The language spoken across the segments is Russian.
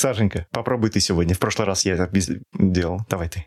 Сашенька, попробуй ты сегодня. В прошлый раз я это делал. Давай ты.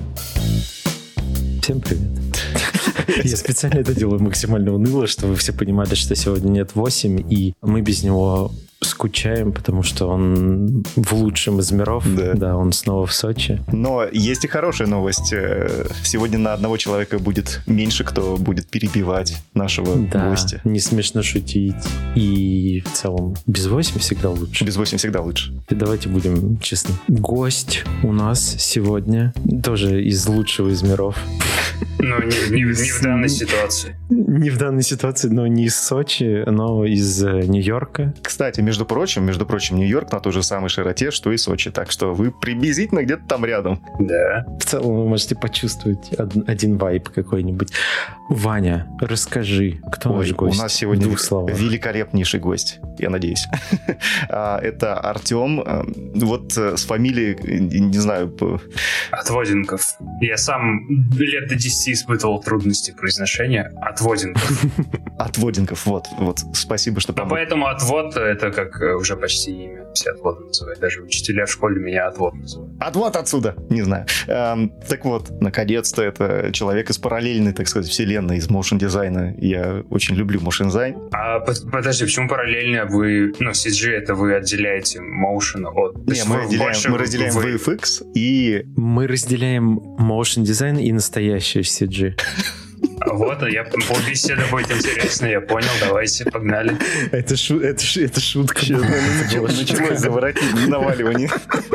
Всем привет. Я специально это делаю максимально уныло, чтобы вы все понимали, что сегодня нет 8, и мы без него скучаем, потому что он в лучшем из миров. Да, он снова в Сочи. Но есть и хорошая новость. Сегодня на одного человека будет меньше, кто будет перебивать нашего гостя. Не смешно шутить. И в целом без 8 всегда лучше. Без 8 всегда лучше. И давайте будем честны. Гость у нас сегодня тоже из лучшего из миров. Ну, не в данной ситуации. Не в данной ситуации, но не из Сочи, но из Нью-Йорка. Кстати, между прочим, Нью-Йорк на той же самой широте, что и Сочи. Так что вы приблизительно где-то там рядом. Да. В целом вы можете почувствовать один вайб какой-нибудь. Ваня, расскажи, кто наш гость? У нас сегодня великолепнейший гость, я надеюсь. Это Артем. Вот с фамилией, не знаю... Отводенков. Я сам лет до 10 испытывал трудности произношения. Отводенков. Отводенков, вот. Спасибо, что помог. Поэтому отвод — это как уже почти имя. Все отводом называют. Даже учителя в школе меня отвод называют. Отвод отсюда! Не знаю. Так вот, наконец-то это человек из параллельной, так сказать, вселенной, из моушн-дизайна. Я очень люблю моушн-дизайн. А подожди, почему параллельно вы... Ну, CG — это вы отделяете моушен от... Не, мы разделяем VFX и... Мы разделяем моушн-дизайн и настоящий CG. Вот, беседа будет интересная, я понял, давайте, погнали. Это шутка. Началось заворотить наваливание.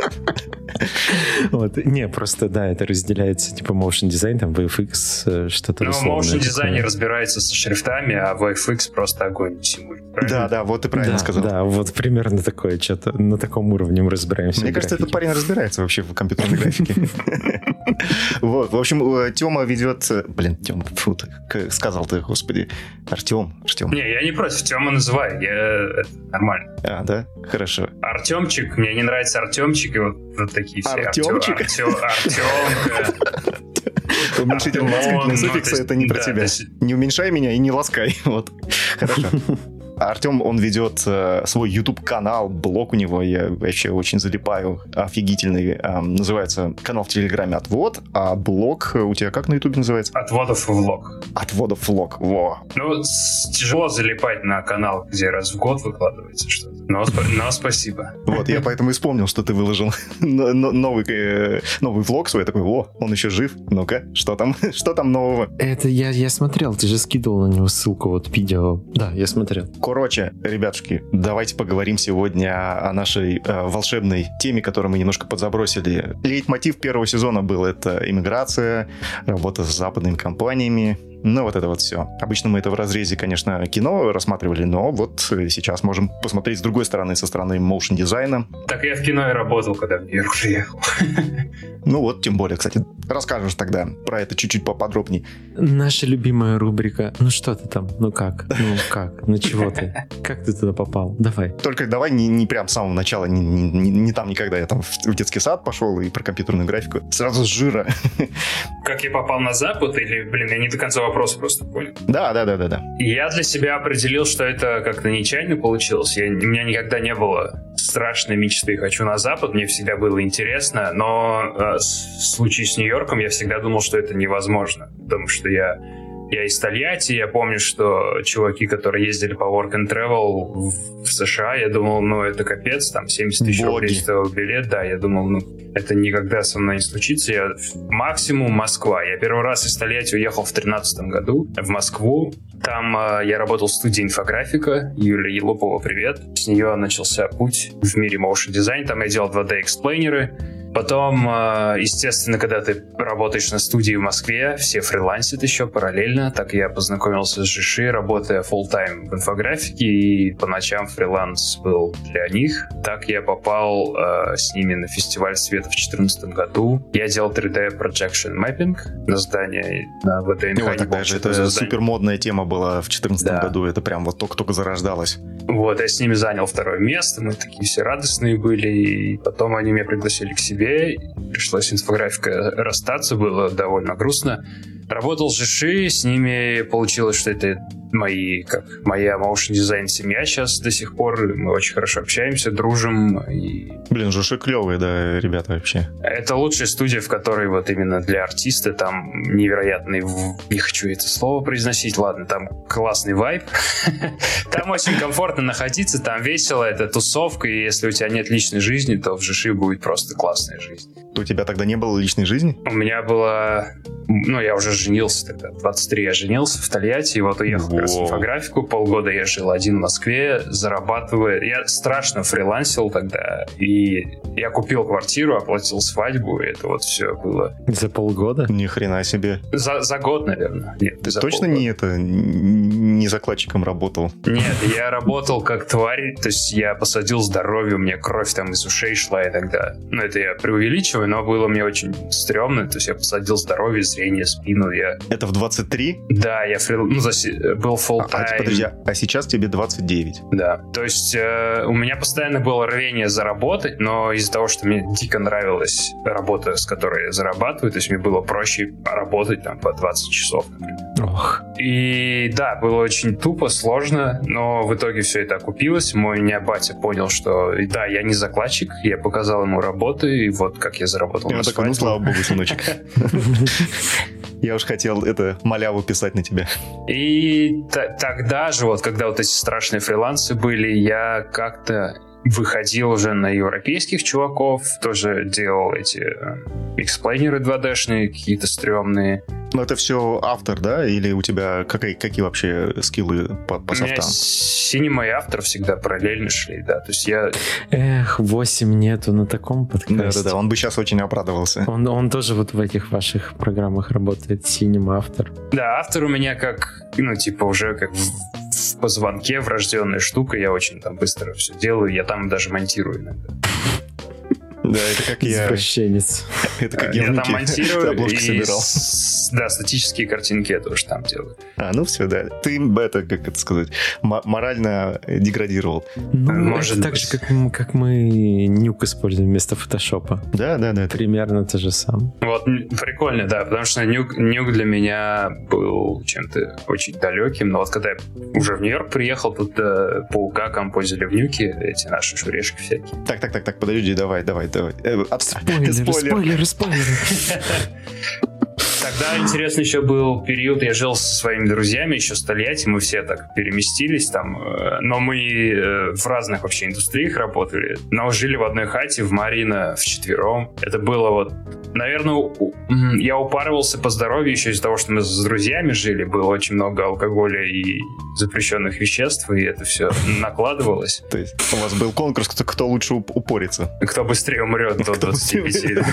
Вот. Не, просто, да, это разделяется, типа, motion дизайн, там, VFX, что-то условное. Ну, motion дизайнер разбирается со шрифтами, а VFX просто огонь симулирует. Да, вот ты правильно сказал. Да, вот примерно такое, что-то на таком уровне мы разбираемся. Мне кажется, этот парень разбирается вообще в компьютерной графике. Вот, в общем, Тёма ведет... Блин, Тёма, фу, сказал ты, господи. Артём. Не, я не против, Тёма называй, это нормально. А, да? Хорошо. Артёмчик, мне не нравится Артёмчик, и вот такие все. Артёмчик? Артёмка. Уменьшительно-ласкательные суффиксы — это не про тебя. Не уменьшай меня и не ласкай. Вот. Хорошо. Артем, он ведет свой YouTube-канал, блог у него, я вообще очень залипаю, офигительный. Называется канал в Телеграме «Отвод», а блог у тебя как на YouTube называется? «Отводов влог». «Отводов влог», во. Ну, тяжело залипать на канал, где раз в год выкладывается что-то. Но спасибо. Вот, я поэтому и вспомнил, что ты выложил новый влог свой. Я такой, он еще жив. Ну-ка, что там нового? Это я смотрел, ты же скидывал на него ссылку, вот видео. Да, я смотрел. Короче, ребятушки, давайте поговорим сегодня о нашей волшебной теме, которую мы немножко подзабросили. Лейтмотив первого сезона был — это иммиграция, работа с западными компаниями. Ну, вот это вот все. Обычно мы это в разрезе, конечно, кино рассматривали, но вот сейчас можем посмотреть с другой стороны, со стороны моушн-дизайна. Так я в кино и работал, когда в Нью-Йорк приехал. Ну вот, тем более, кстати, расскажешь тогда про это чуть-чуть поподробнее. Наша любимая рубрика «Ну что ты там? Ну как? Ну чего ты? Как ты туда попал? Давай». Только давай не прям с самого начала, не там никогда. Я там в детский сад пошел и про компьютерную графику. Сразу с жира. Как я попал на Запад? Или, я не до конца вопрос просто понял. Да. Я для себя определил, что это как-то нечаянно получилось. У меня никогда не было страшной мечты «хочу на Запад», мне всегда было интересно, но в случае с Нью-Йорком я всегда думал, что это невозможно, потому что я из Тольятти, я помню, что чуваки, которые ездили по Work and Travel в США, я думал, это капец, там 70 тысяч рублей стоил билет, да, я думал, это никогда со мной не случится, максимум Москва. Я первый раз из Тольятти уехал в 2013 году в Москву, там я работал в студии инфографика, Юлия Елупова, привет, с нее начался путь в мире motion design, там я делал 2D-эксплейнеры. Потом, естественно, когда ты работаешь на студии в Москве, все фрилансят еще параллельно. Так я познакомился с Жиши, работая full-time в инфографике, и по ночам фриланс был для них. Так я попал с ними на фестиваль света в 2014 году. Я делал 3D projection mapping на здании на ВДНХ. Тогда же это супер модная тема была в 2014 году. Это прям вот только зарождалось. Вот, я с ними занял 2 место. Мы такие все радостные были. И потом они меня пригласили к себе. Пришлось инфографикой расстаться, было довольно грустно. Работал с Жиши, с ними получилось, что это моя motion design семья сейчас до сих сих пор мы очень хорошо общаемся, дружим. И... Блин, Жуши клевые, да, ребята вообще. Это лучшая студия, в которой вот именно для артиста там невероятный, не хочу это слово произносить, ладно, там классный вайб. Там очень комфортно находиться, там весело, это тусовка, и если у тебя нет личной жизни, то в Жиши будет просто классная жизнь. У тебя тогда не было личной жизни? У меня было... Ну, я уже женился тогда. 23 я женился в Тольятти, и вот уехал как раз в инфографику. Полгода я жил один в Москве, зарабатывая... Я страшно фрилансил тогда, и я купил квартиру, оплатил свадьбу, и это вот все было... За полгода? Ни хрена себе. За год, наверное. Нет, ты точно не закладчиком работал? Нет, я работал как тварь, то есть я посадил здоровье, у меня кровь там из ушей шла, и тогда... Ну, это я преувеличиваю, но было мне очень стрёмно, то есть я посадил здоровье, зрение, спину, я... Это в 23? Да, я был full-time. Подожди, а сейчас тебе 29? Да, то есть у меня постоянно было рвение заработать, но из-за того, что мне дико нравилась работа, с которой я зарабатываю, то есть мне было проще работать там по 20 часов, например. Ох. И да, было очень тупо, сложно, но в итоге все это окупилось. Мой батя понял, что да, я не закладчик, я показал ему работу, и вот как я заработал на свадьбу. Ну, слава богу, сыночек. Я уж хотел маляву писать на тебя. И тогда же, вот когда вот эти страшные фрилансы были, я как-то выходил уже на европейских чуваков, тоже делал эти эксплейнеры 2D-шные, какие-то стрёмные. Но это все автор, да? Или у тебя какие вообще скиллы по софтам? У меня Cinema и автор всегда параллельно шли, да. То есть я... Эх, 8 нету на таком подкасте. Да, он бы сейчас очень обрадовался. Он тоже вот в этих ваших программах работает, Cinema автор. Да, автор у меня как, уже как в позвонке врожденная штука, я очень там быстро все делаю, я там даже монтирую иногда. Да, это как я... Извращенец. Это как я там монтирую обложки собирал. Да, статические картинки я тоже там делаю. Ну все, да. Ты, как это сказать, морально деградировал. Может это так же, как мы нюк используем вместо фотошопа. Да. Примерно то же самое. Вот, прикольно, да, потому что нюк для меня был чем-то очень далеким, но вот когда я уже в Нью-Йорк приехал, тут паука композили в нюке, эти наши шурешки всякие. Так, подожди, давай. Спойлеры. Тогда интересно еще был период, я жил со своими друзьями еще с Тольятти, мы все так переместились там, но мы в разных вообще индустриях работали, но жили в одной хате в Марино вчетвером. Это было вот, наверное, я упарывался по здоровью еще из-за того, что мы с друзьями жили, было очень много алкоголя и запрещенных веществ, и это все накладывалось. То есть у вас был конкурс, кто лучше упорится? Кто быстрее умрет до 25.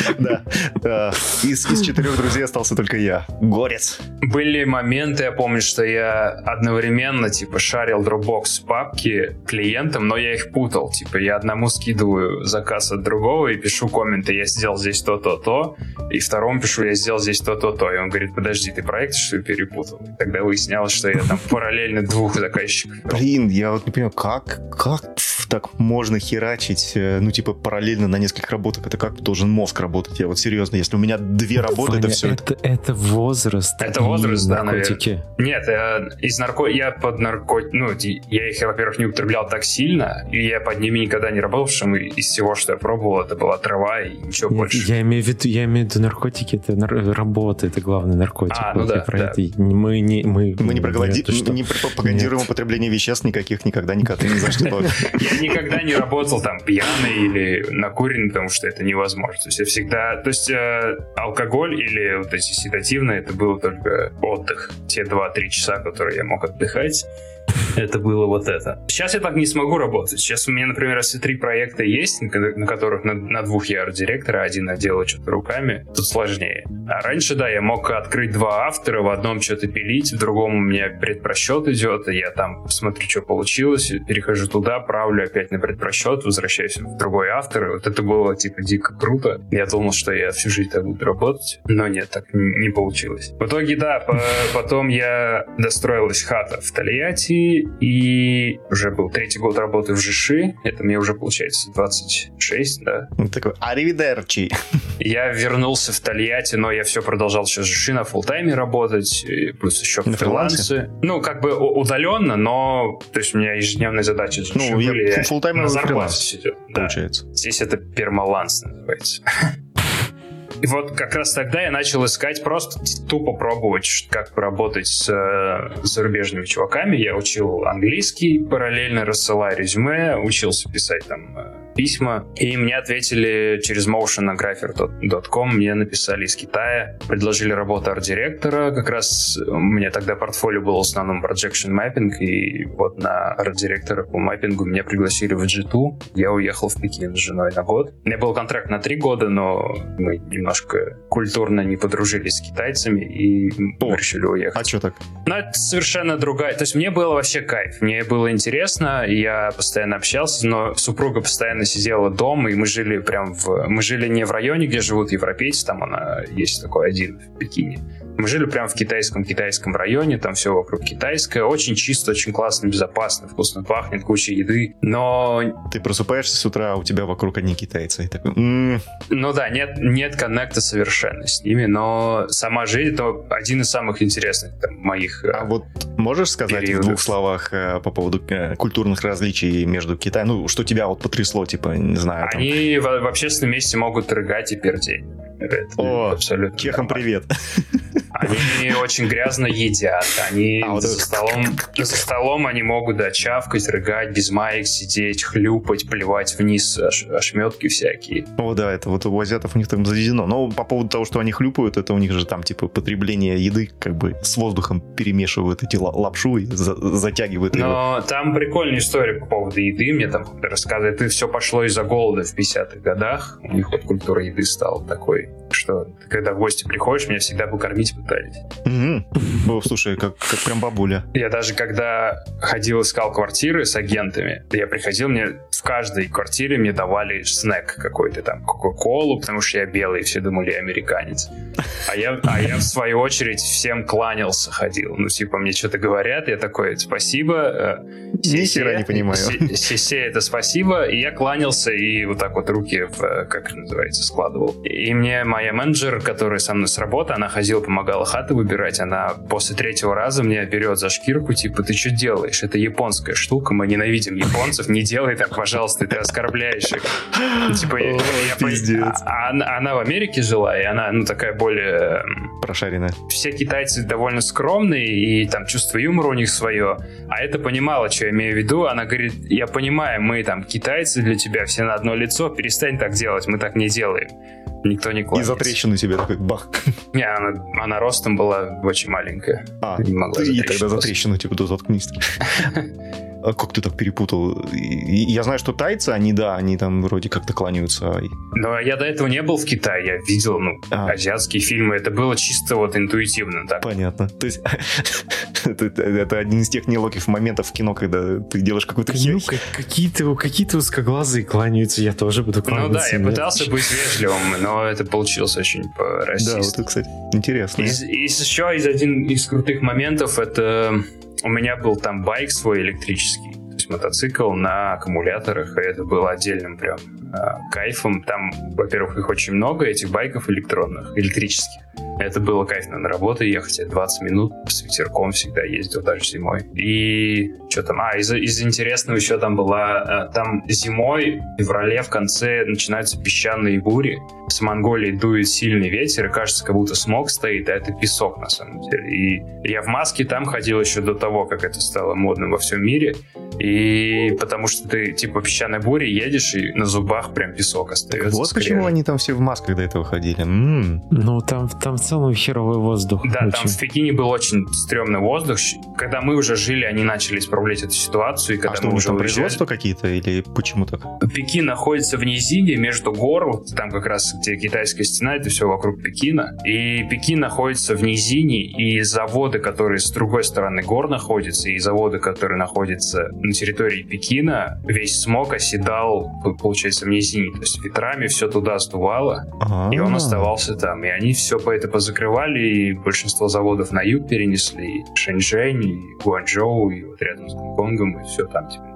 Да. Из 4 друзей остался только я. Горец. Были моменты, я помню, что я одновременно, шарил Dropbox папки клиентам, но я их путал. Я одному скидываю заказ от другого и пишу комменты, я сделал здесь то-то-то, и второму пишу, я сделал здесь то-то-то. И он говорит, подожди, ты проект, что ли, перепутал? И тогда выяснялось, что я там параллельно 2 заказчиков. Блин, я вот не понимаю, как так можно херачить, параллельно на нескольких работах? Это как должен мозг работать? Я вот серьезно, если у меня 2 работы, это все... Это возраст. Это возраст, да, наркотики. Наверное. Нет, я под наркотики... я их, во-первых, не употреблял так сильно, и я под ними никогда не работал, потому что из всего, что я пробовал, это была трава и ничего больше. Я имею в виду наркотики, это работа, это главный наркотик. Мы не пропагандируем употребление веществ никаких никогда ни за что. Я никогда не работал там пьяный или накуренный, потому что это невозможно. То есть я всегда... То есть алкоголь или вот эти седативные, это было только отдых. Те 2-3 часа, которые я мог отдыхать, это было вот это. Сейчас я так не смогу работать. Сейчас у меня, например, если 3 проекта есть, на которых на 2 я арт-директор, а 1 я делаю что-то руками, тут сложнее. А раньше, да, я мог открыть 2 автора, в одном что-то пилить, в другом у меня предпросчет идет, и я там смотрю, что получилось, перехожу туда, правлю опять на предпросчет, возвращаюсь в другой автор, и вот это было, дико круто. Я думал, что я всю жизнь так буду работать, но нет, так не получилось. В итоге, да, потом я достроилась хата в Тольятти, и уже был 3-й год работы в Жиши. Это мне уже, получается, 26 6, да. Такой, аривидерчи. Я вернулся в Тольятти, но я все продолжал сейчас на фулл-тайме работать, и плюс еще в фрилансе. Ну, как бы удаленно, но то есть у меня ежедневные задачи были. Фулл-тайм на зарплате сидел. Получается. Да. Здесь это пермаланс называется. И вот как раз тогда я начал искать, просто тупо пробовать, как поработать с зарубежными чуваками. Я учил английский, параллельно рассылая резюме, учился писать там письма. И мне ответили через motionographer.com, мне написали из Китая, предложили работу арт-директора. Как раз у меня тогда портфолио было в основном projection mapping, и вот на арт-директора по маппингу меня пригласили в G2. Я уехал в Пекин с женой на год. У меня был контракт на 3 года, но мы немножко культурно не подружились с китайцами и решили уехать. А что так? Ну, это совершенно другая. То есть мне было вообще кайф. Мне было интересно, я постоянно общался, но супруга постоянно сидела дома, и мы жили мы жили не в районе, где живут европейцы, там она есть такой один в Пекине. Мы жили прямо в китайском районе, там все вокруг китайское, очень чисто, очень классно, безопасно, вкусно пахнет, куча еды, но... Ты просыпаешься с утра, а у тебя вокруг одни китайцы, и такой... Ну да, нет коннекта совершенно с ними, но сама жизнь — это один из самых интересных там, моих А вот можешь сказать периодов. В 2 словах по поводу культурных различий между Китаем, ну, что тебя вот потрясло, типа, не знаю... Там... Они в общественном месте могут рыгать и пердеть. О, абсолютно чехам привет. Они очень грязно едят. Они за столом они могут чавкать, рыгать, без маек сидеть, хлюпать, плевать вниз ошметки всякие. О, да, это вот у азиатов у них там заведено. Но по поводу того, что они хлюпают, это у них же там типа потребление еды как бы с воздухом перемешивают эти лапшу и затягивают его. Но там прикольная история по поводу еды. Мне там рассказывают, это все пошло из-за голода в 50-х годах. У них вот культура еды стала такой, что ты, когда в гости приходишь, меня всегда покормить пытались. О, слушай, как прям бабуля. Я даже когда ходил, искал квартиры с агентами, я приходил, мне в каждой квартире мне давали снэк какой-то там, кока-колу, потому что я белый, и все думали, я американец. А я в свою очередь всем кланялся, ходил. Ну, типа, мне что-то говорят, я такой, спасибо. Ни хера не понимаю. Сесе, это спасибо. И я кланялся, и вот так вот руки как это называется, складывал. И мне моя менеджер, которая со мной с работы, она ходила, помогала хаты выбирать, она после 3-го раза меня берет за шкирку, типа, ты что делаешь? Это японская штука, мы ненавидим японцев, не делай так, пожалуйста, ты оскорбляешь их. Типа, она в Америке жила, и она, такая более... прошаренная. Все китайцы довольно скромные, и там чувство юмора у них свое, а это понимала, что я имею в виду. Она говорит, я понимаю, мы там китайцы для тебя, все на одно лицо, перестань так делать, мы так не делаем. Никто не кланяется. И за трещину тебе такой бах. Не, она ростом была очень маленькая. Не могла ты тогда за трещину, типа, заткнись. А как ты так перепутал? Я знаю, что тайцы, они там вроде как-то кланяются. Но я до этого не был в Китае. Я видел, азиатские фильмы. Это было чисто вот интуитивно. Так. Понятно. То есть это один из тех неловких моментов в кино, когда ты делаешь какую-то херь. Какие-то узкоглазые кланяются, я тоже буду кланяться. Ну да, я пытался быть вежливым, но это получилось очень по-расистски. Да, вот это, кстати, интересно. Еще один из крутых моментов, это... У меня был там байк свой электрический, то есть мотоцикл на аккумуляторах, и это было отдельным прям кайфом. Там, во-первых, их очень много, этих байков электрических. Это было кайфно на работу ехать, 20 минут с ветерком всегда ездил, даже зимой. И что там? Из интересного еще там была... Там зимой, в феврале, в конце начинаются песчаные бури. С Монголии дует сильный ветер, и кажется, как будто смог стоит, а это песок на самом деле. И я в маске там ходил еще до того, как это стало модным во всем мире. И потому что ты, типа, песчаной буре едешь, и на зубах прям песок остается. Вот почему они там все в масках до этого ходили. Ну, там в целом херовый воздух. Да, очень. Там в Пекине был очень стрёмный воздух. Когда мы уже жили, они начали исправлять эту ситуацию. И когда что, мы уже там производства какие-то или почему так? Пекин находится в низине между гор, вот там как раз, где китайская стена, это все вокруг Пекина. И Пекин находится в низине, и заводы, которые с другой стороны гор находятся, и заводы, которые находятся на территории Пекина, весь смог оседал, получается, в низине. То есть ветрами все туда сдувало, и он оставался там. И они все по это позакрывали, и большинство заводов на юг перенесли, и Шэньчжэнь, и Гуанчжоу, и вот рядом с Гонконгом, и все там теперь.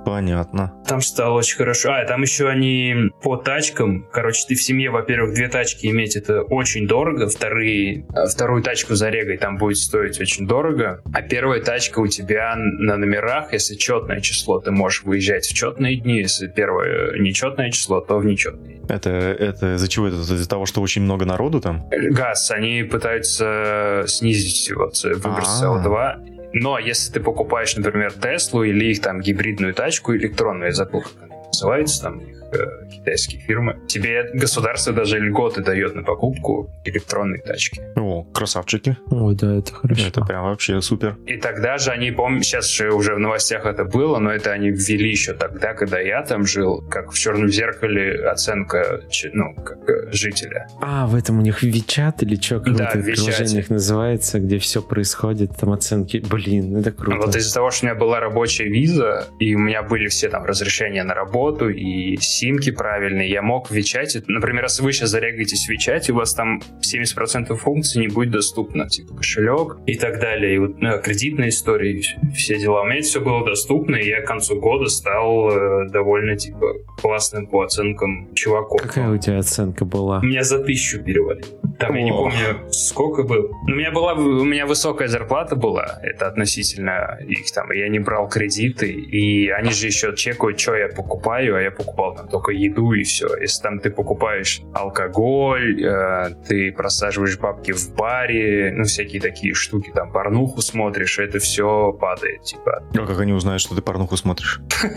Понятно. Там стало очень хорошо. Там еще они по тачкам. Короче, ты в семье, во-первых, 2 тачки иметь это очень дорого. Вторую тачку зарегай, там будет стоить очень дорого. А первая тачка у тебя на номерах, если четное число, ты можешь выезжать в четные дни. Если первое нечетное число, то в нечетные. Это из-за чего? Это из-за того, что очень много народу там? Газ. Они пытаются снизить выброс CO2. Но если ты покупаешь, например, Теслу или их там гибридную тачку электронную, я забыл, как она называется, там их китайские фирмы, тебе государство даже льготы дает на покупку электронной тачки. О, красавчики. Ой, да, это хорошо. Это прям вообще супер. И тогда же они, помню, сейчас же уже в новостях это было, но это они ввели еще тогда, когда я там жил, как в «Черном зеркале» оценка, как жителя. В этом у них WeChat или что? Да, в приложениях называется, где все происходит, там оценки. Блин, это круто. Вот из-за того, что у меня была рабочая виза, и у меня были все там разрешения на работу, и симки правильные, я мог в WeChat, например, если вы сейчас зарегаетесь в WeChat, у вас там 70% функций не будет доступно, типа кошелек и так далее, и вот кредитные истории, все дела. У меня это все было доступно, и я к концу года стал довольно, типа, классным по оценкам чуваком. Какая у тебя оценка была? У меня за 1000 перевалило. Там я не помню, сколько было. У меня высокая зарплата была, это относительно их там, я не брал кредиты, и они же еще чекают, что я покупаю, а я покупал там только еду и все. Если там ты покупаешь алкоголь, ты просаживаешь бабки в баре, всякие такие штуки, там порнуху смотришь, это все падает, типа. А как они узнают, что ты порнуху смотришь?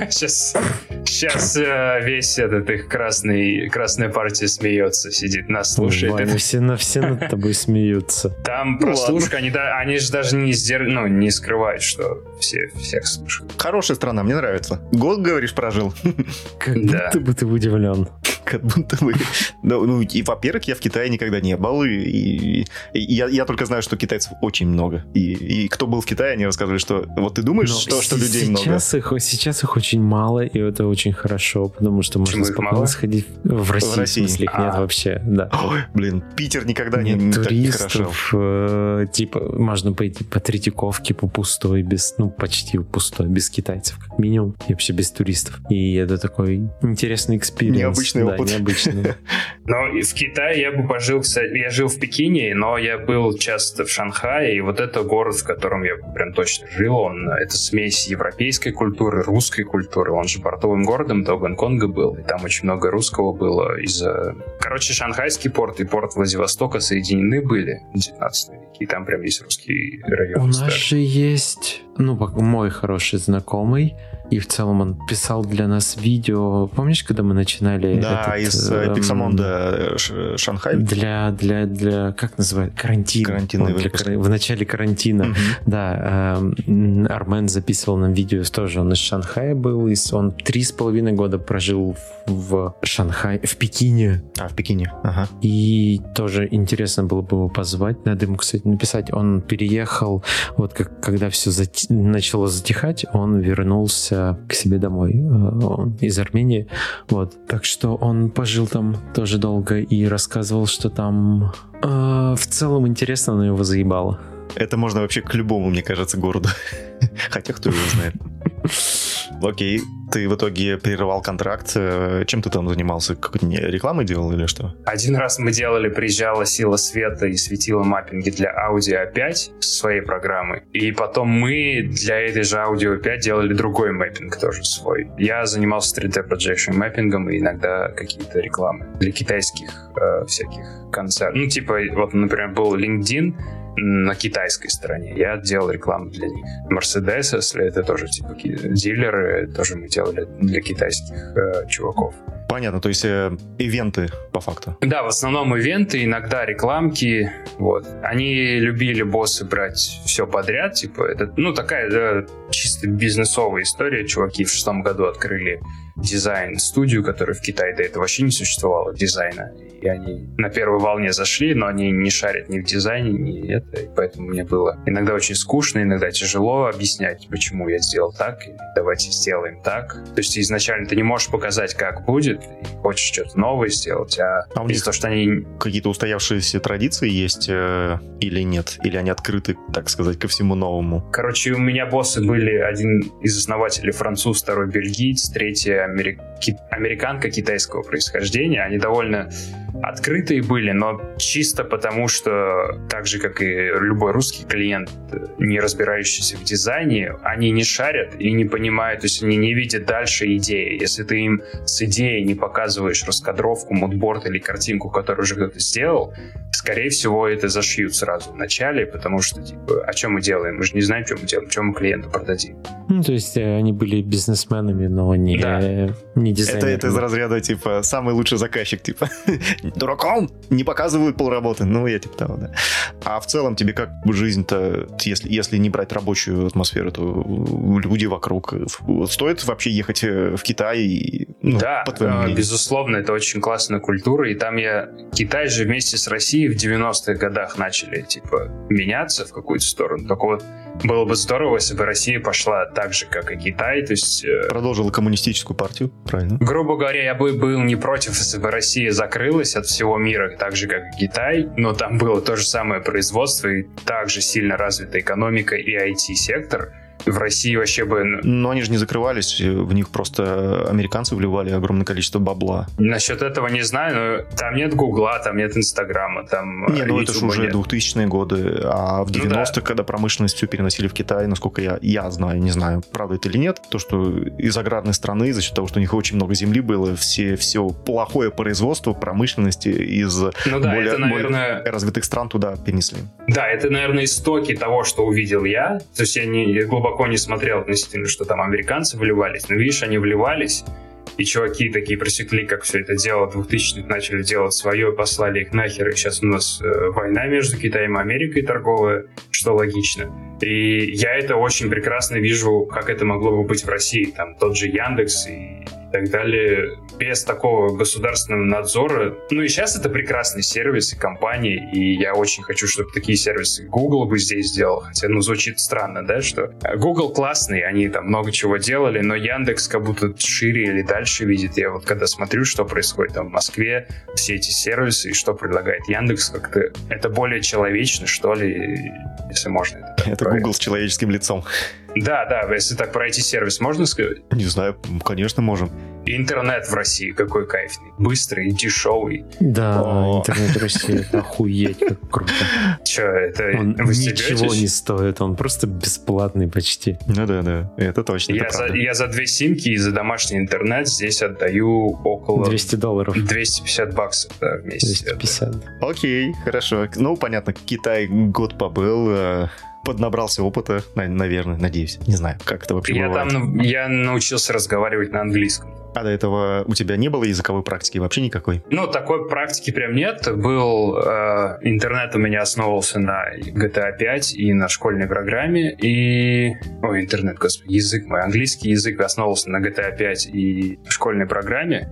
Сейчас весь этот их красная партия смеется, сидит, нас слушает. Ваня, все над тобой смеются. Там прослушка, они же даже не скрывают, что всех слушают. Хорошая страна, мне нравится. Год, говоришь, прожил? Как будто бы ты удивлен. Как будто бы. И, во-первых, я в Китае никогда не был, и я только знаю, что китайцев очень много. И кто был в Китае, они рассказывали, что вот ты думаешь, что людей много. Сейчас их очень мало, и это очень хорошо, потому что можно спокойно сходить в Россию. В смысле, их нет вообще. Да. Ой, блин, Питер никогда не так не хорошо. Типа, можно пойти по Третьяковке, по пустой, почти пустой, без китайцев, как минимум, и вообще без туристов. И это такой интересный экспириенс. Необычный опыт. Необычный. Но в Китае я бы пожил, кстати, я жил в Пекине, но я был часто в Шанхае, и вот это город, в котором я прям точно жил, это смесь европейской культуры, русской культуры, он же портовым городом до Гонконга был, и там очень много русского было из-за... Короче, шанхайский порт и порт Владивостока соединены были в 19 веке, и там прям есть русский район. У нас же есть, мой хороший знакомый, и в целом он писал для нас видео. Помнишь, когда мы начинали? Да, из Пиксамонда Шанхай. Для как называют? Карантинный выпуск. В начале карантина. Угу. Да, Армен записывал нам видео тоже. Он из Шанхая был. Он 3,5 года прожил в Шанхае, в Пекине. В Пекине. Ага. И тоже интересно было бы его позвать. Надо ему, кстати, написать. Он переехал, когда все начало затихать, он вернулся к себе домой из Армении. Так что он пожил там тоже долго и рассказывал, что там в целом интересно, но его заебало. Это можно вообще к любому, мне кажется, городу. Хотя кто его знает. Окей, ты в итоге прервал контракт. Чем ты там занимался? Рекламой делал или что? Один раз мы приезжала Сила Света и светила маппинги для Audio 5 со своей программой. И потом мы для этой же Audio 5 делали другой мэппинг тоже свой. Я занимался 3D projection мэппингом и иногда какие-то рекламы для китайских всяких концертов. Например, был LinkedIn на китайской стороне. Я делал рекламу для них. Mercedes, если это тоже дилеры, тоже мы делали для китайских чуваков. Понятно, то есть ивенты по факту. Да, в основном ивенты, иногда рекламки. Они любили боссы брать все подряд. Это такая чисто бизнесовая история. Чуваки в 2006 году открыли дизайн-студию, которая в Китае до этого вообще не существовало, дизайна. И они на первой волне зашли, но они не шарят ни в дизайне, ни это. И поэтому мне было иногда очень скучно, иногда тяжело объяснять, почему я сделал так, и давайте сделаем так. То есть изначально ты не можешь показать, как будет, и хочешь что-то новое сделать, а у них из-за того, что они... какие-то устоявшиеся традиции есть или нет? Или они открыты, так сказать, ко всему новому? Короче, у меня боссы были один из основателей француз, второй бельгиец, третий американка китайского происхождения. Они довольно открытые были, но чисто потому, что так же, как и любой русский клиент, не разбирающийся в дизайне, они не шарят и не понимают, то есть они не видят дальше идеи. Если ты им с идеей не показываешь раскадровку, мудборд или картинку, которую уже кто-то сделал, скорее всего, это зашьют сразу в начале, потому что, типа, а что мы делаем? Мы же не знаем, что мы делаем, что мы клиенту продадим. Ну, то есть они были бизнесменами, но не дизайнерами. Это из разряда, типа, самый лучший заказчик, типа, дураком не показывают полработы. Ну, я типа того, да. А в целом тебе как жизнь-то, если не брать рабочую атмосферу, то люди вокруг, стоит вообще ехать в Китай? Да, безусловно, это очень классная культура, и там Китай же вместе с Россией в 90-х годах начали, типа, меняться в какую-то сторону. Только вот было бы здорово, если бы Россия пошла так же, как и Китай, то есть... Продолжила коммунистическую партию, правильно? Грубо говоря, я бы был не против, если бы Россия закрылась от всего мира, так же, как и Китай, но там было то же самое производство и также сильно развита экономика и IT-сектор. В России вообще бы... Но они же не закрывались, в них просто американцы вливали огромное количество бабла. Насчет этого не знаю, но там нет Гугла, там нет Инстаграма, там... Не, ну это же уже 2000-е годы, а в 90-х, когда промышленность все переносили в Китай, насколько я знаю, не знаю, правда это или нет, то, что из аграрной страны, за счет того, что у них очень много земли было, все плохое производство промышленности из более развитых стран туда перенесли. Да, это, наверное, истоки того, что увидел я, то есть я глубоко не смотрел относительно, что там американцы вливались, но видишь, они вливались, и чуваки такие просекли, как все это дело, в 2000-х начали делать свое, послали их нахер, и сейчас у нас война между Китаем и Америкой торговая, что логично. И я это очень прекрасно вижу, как это могло бы быть в России, там тот же Яндекс и так далее, без такого государственного надзора. Ну и сейчас это прекрасный сервис и компания, и я очень хочу, чтобы такие сервисы Google бы здесь сделал, хотя, звучит странно, да, что Google классный, они там много чего делали, но Яндекс как будто шире или дальше видит. Я вот когда смотрю, что происходит там в Москве, все эти сервисы, и что предлагает Яндекс, как-то это более человечно, что ли, если можно. Это Google с человеческим лицом. Да, если так про IT-сервис можно сказать? Не знаю, конечно, можем. Интернет в России какой кайфный. Быстрый, дешевый. Да, интернет в России, это охуеть, как круто. Че, это он ничего не стоит, он просто бесплатный почти. Ну да, это точно. Я за 2 симки и за домашний интернет здесь отдаю около... $200. $250, да, в месяц. 250. Окей, хорошо. Ну, понятно, Китай год побыл, поднабрался опыта, наверное, надеюсь. Не знаю, как это вообще бывает. Я научился разговаривать на английском. А до этого у тебя не было языковой практики вообще никакой? Такой практики прям нет. Был интернет у меня основывался на GTA 5 и на школьной программе. Интернет, господи, язык мой. Английский язык основывался на GTA 5 и школьной программе.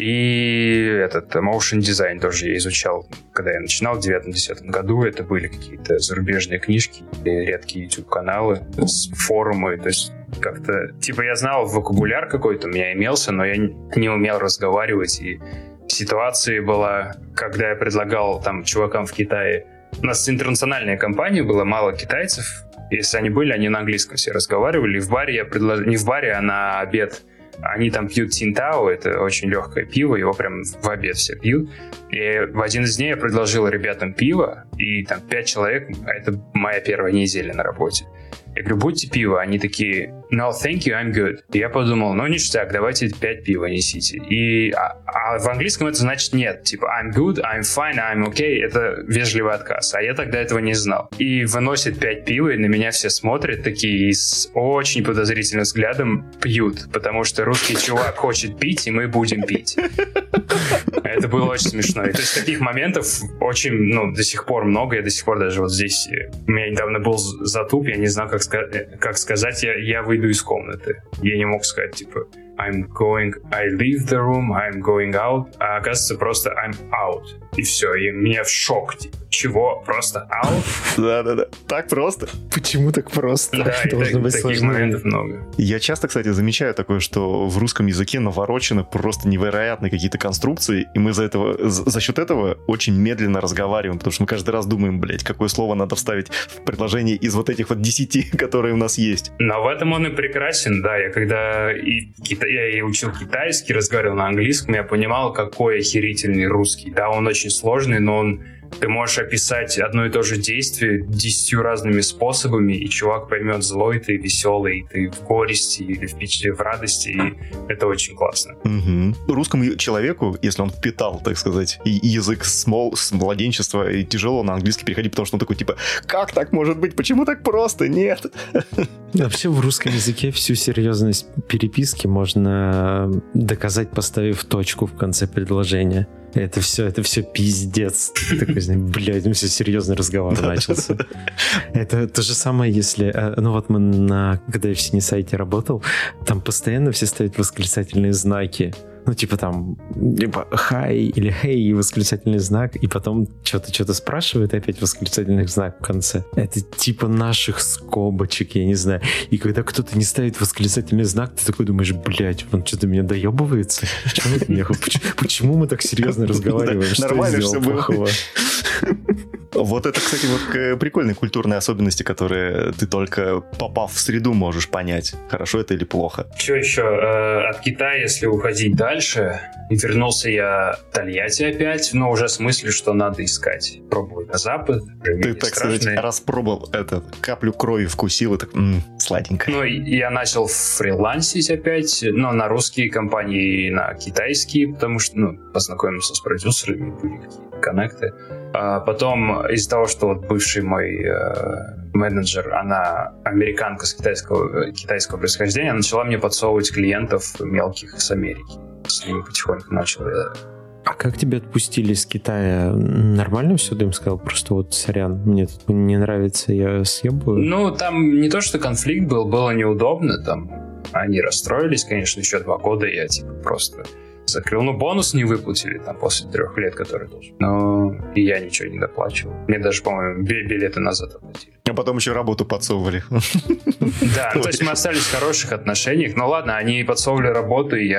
И motion дизайн тоже я изучал, когда я начинал в 9-10 году. Это были какие-то зарубежные книжки, редкие YouTube-каналы, форумы, то есть как-то... я знал вокабуляр какой-то, у меня имелся, но я не умел разговаривать. И ситуация была, когда я предлагал там чувакам в Китае... У нас интернациональная компания была, мало китайцев. Если они были, они на английском все разговаривали. И в баре я предложил... Не в баре, а на обед... Они там пьют Цинтао, это очень легкое пиво, его прям в обед все пьют. И в один из дней я предложил ребятам пиво, и там 5 человек, а это моя первая неделя на работе. Я говорю, будете пиво? Они такие, no, thank you, I'm good. И я подумал, ништяк, давайте 5 пива несите. А в английском это значит нет. I'm good, I'm fine, I'm okay. Это вежливый отказ. А я тогда этого не знал. И выносит 5 пива, и на меня все смотрят такие и с очень подозрительным взглядом пьют. Потому что русский чувак хочет пить, и мы будем пить. Это было очень смешно. И то есть таких моментов очень, до сих пор много. Я до сих пор даже вот здесь... У меня недавно был затуп, я не знаю, как сказать, я выйду из комнаты. Я не мог сказать, I leave the room, I'm going out, а оказывается просто I'm out. И все, и меня в шок, типа, чего? Просто out? Да-да-да, так просто. Почему так просто? Да, и таких моментов много. Я часто, кстати, замечаю такое, что в русском языке наворочены просто невероятные какие-то конструкции, и мы за счет этого очень медленно разговариваем, потому что мы каждый раз думаем, блядь, какое слово надо вставить в предложение из вот этих вот 10, которые у нас есть. Но в этом он и прекрасен, да. Я когда я и учил китайский, разговаривал на английском, я понимал, какой охерительный русский. Да, он очень сложный, но ты можешь описать одно и то же действие 10 разными способами, и чувак поймет, злой ты, веселый, ты в горести или в радости, и это очень классно. Угу. Русскому человеку, если он впитал, так сказать, язык с младенчества, и тяжело на английский переходить, потому что он такой, типа, как так может быть? Почему так просто? Нет. Вообще в русском языке всю серьезность переписки можно доказать, поставив точку в конце предложения. Это все пиздец. Ты такой, блядь, все серьезный разговор начался. Это то же самое, если... Ну вот когда я в Синесайте работал, там постоянно все ставят восклицательные знаки. Ну, типа там, либо «хай» или «хей» восклицательный знак, и потом что-то спрашивает, и опять восклицательный знак в конце. Это типа наших скобочек, я не знаю. И когда кто-то не ставит восклицательный знак, ты такой думаешь, блядь, он что-то меня доебывается? Почему мы так серьезно разговариваем? Что я сделал плохого? Вот это, кстати, вот прикольные культурные особенности, которые ты только попав в среду можешь понять, хорошо это или плохо. Что еще? От Китая, если уходить дальше, вернулся я в Тольятти опять, но уже в смысле, что надо искать. Пробовать на Запад. Ты, так сказать, распробовал каплю крови вкусил, и так, сладенько. Ну, я начал фрилансить опять, но на русские компании и на китайские, потому что, познакомился с продюсерами, были какие-то коннекты. А потом из-за того, что вот бывший мой менеджер, она американка с китайского происхождения, начала мне подсовывать клиентов мелких с Америки. С ними потихоньку начал я. А как тебя отпустили из Китая? Нормально все? Ты им сказал, просто вот сорян, мне тут не нравится, я съебаю? Ну, там не то, что конфликт был, было неудобно, там они расстроились, конечно, еще 2 года я типа просто закрыл. Ну, бонус не выплатили там после 3 лет, который должен. Но и я ничего не доплачивал. Мне даже, по-моему, билеты назад оплатили. А потом еще работу подсовывали. Да, то есть мы остались в хороших отношениях. Ну ладно, они подсовывали работу, и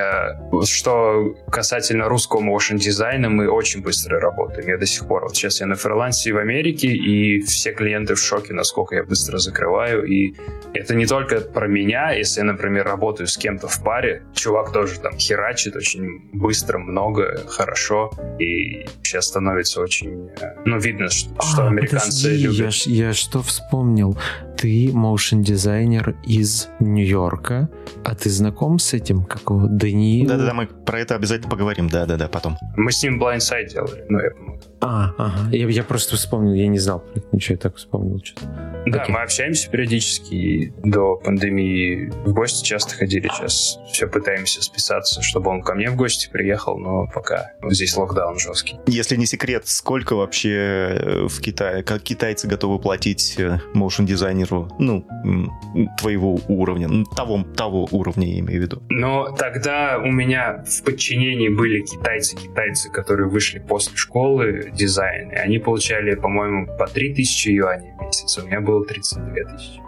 что касательно русского моушн-дизайна, мы очень быстро работаем. Я до сих пор, вот сейчас я на фрилансе в Америке, и все клиенты в шоке, насколько я быстро закрываю. И это не только про меня. Если я, например, работаю с кем-то в паре, чувак тоже там херачит очень быстро, много, хорошо. И сейчас становится очень... видно, что американцы любят. Я что вспомнил? Ты моушн-дизайнер из Нью-Йорка, а ты знаком с этим, как его, Даниил? Да-да-да, мы про это обязательно поговорим, да-да-да, потом. Мы с ним Blindside делали, я помню. Ага, я просто вспомнил, я не знал, ничего, я так вспомнил что-то. Да, мы общаемся периодически, до пандемии в гости часто ходили, сейчас все пытаемся списаться, чтобы он ко мне в гости приехал, но пока здесь локдаун жесткий. Если не секрет, сколько вообще в Китае, как китайцы готовы платить моушн-дизайнеру, твоего уровня, того уровня, я имею в виду? Но тогда у меня в подчинении были китайцы, которые вышли после школы дизайна, и они получали, по-моему, по 3000 юаней в месяц, у меня было 32 тысячи.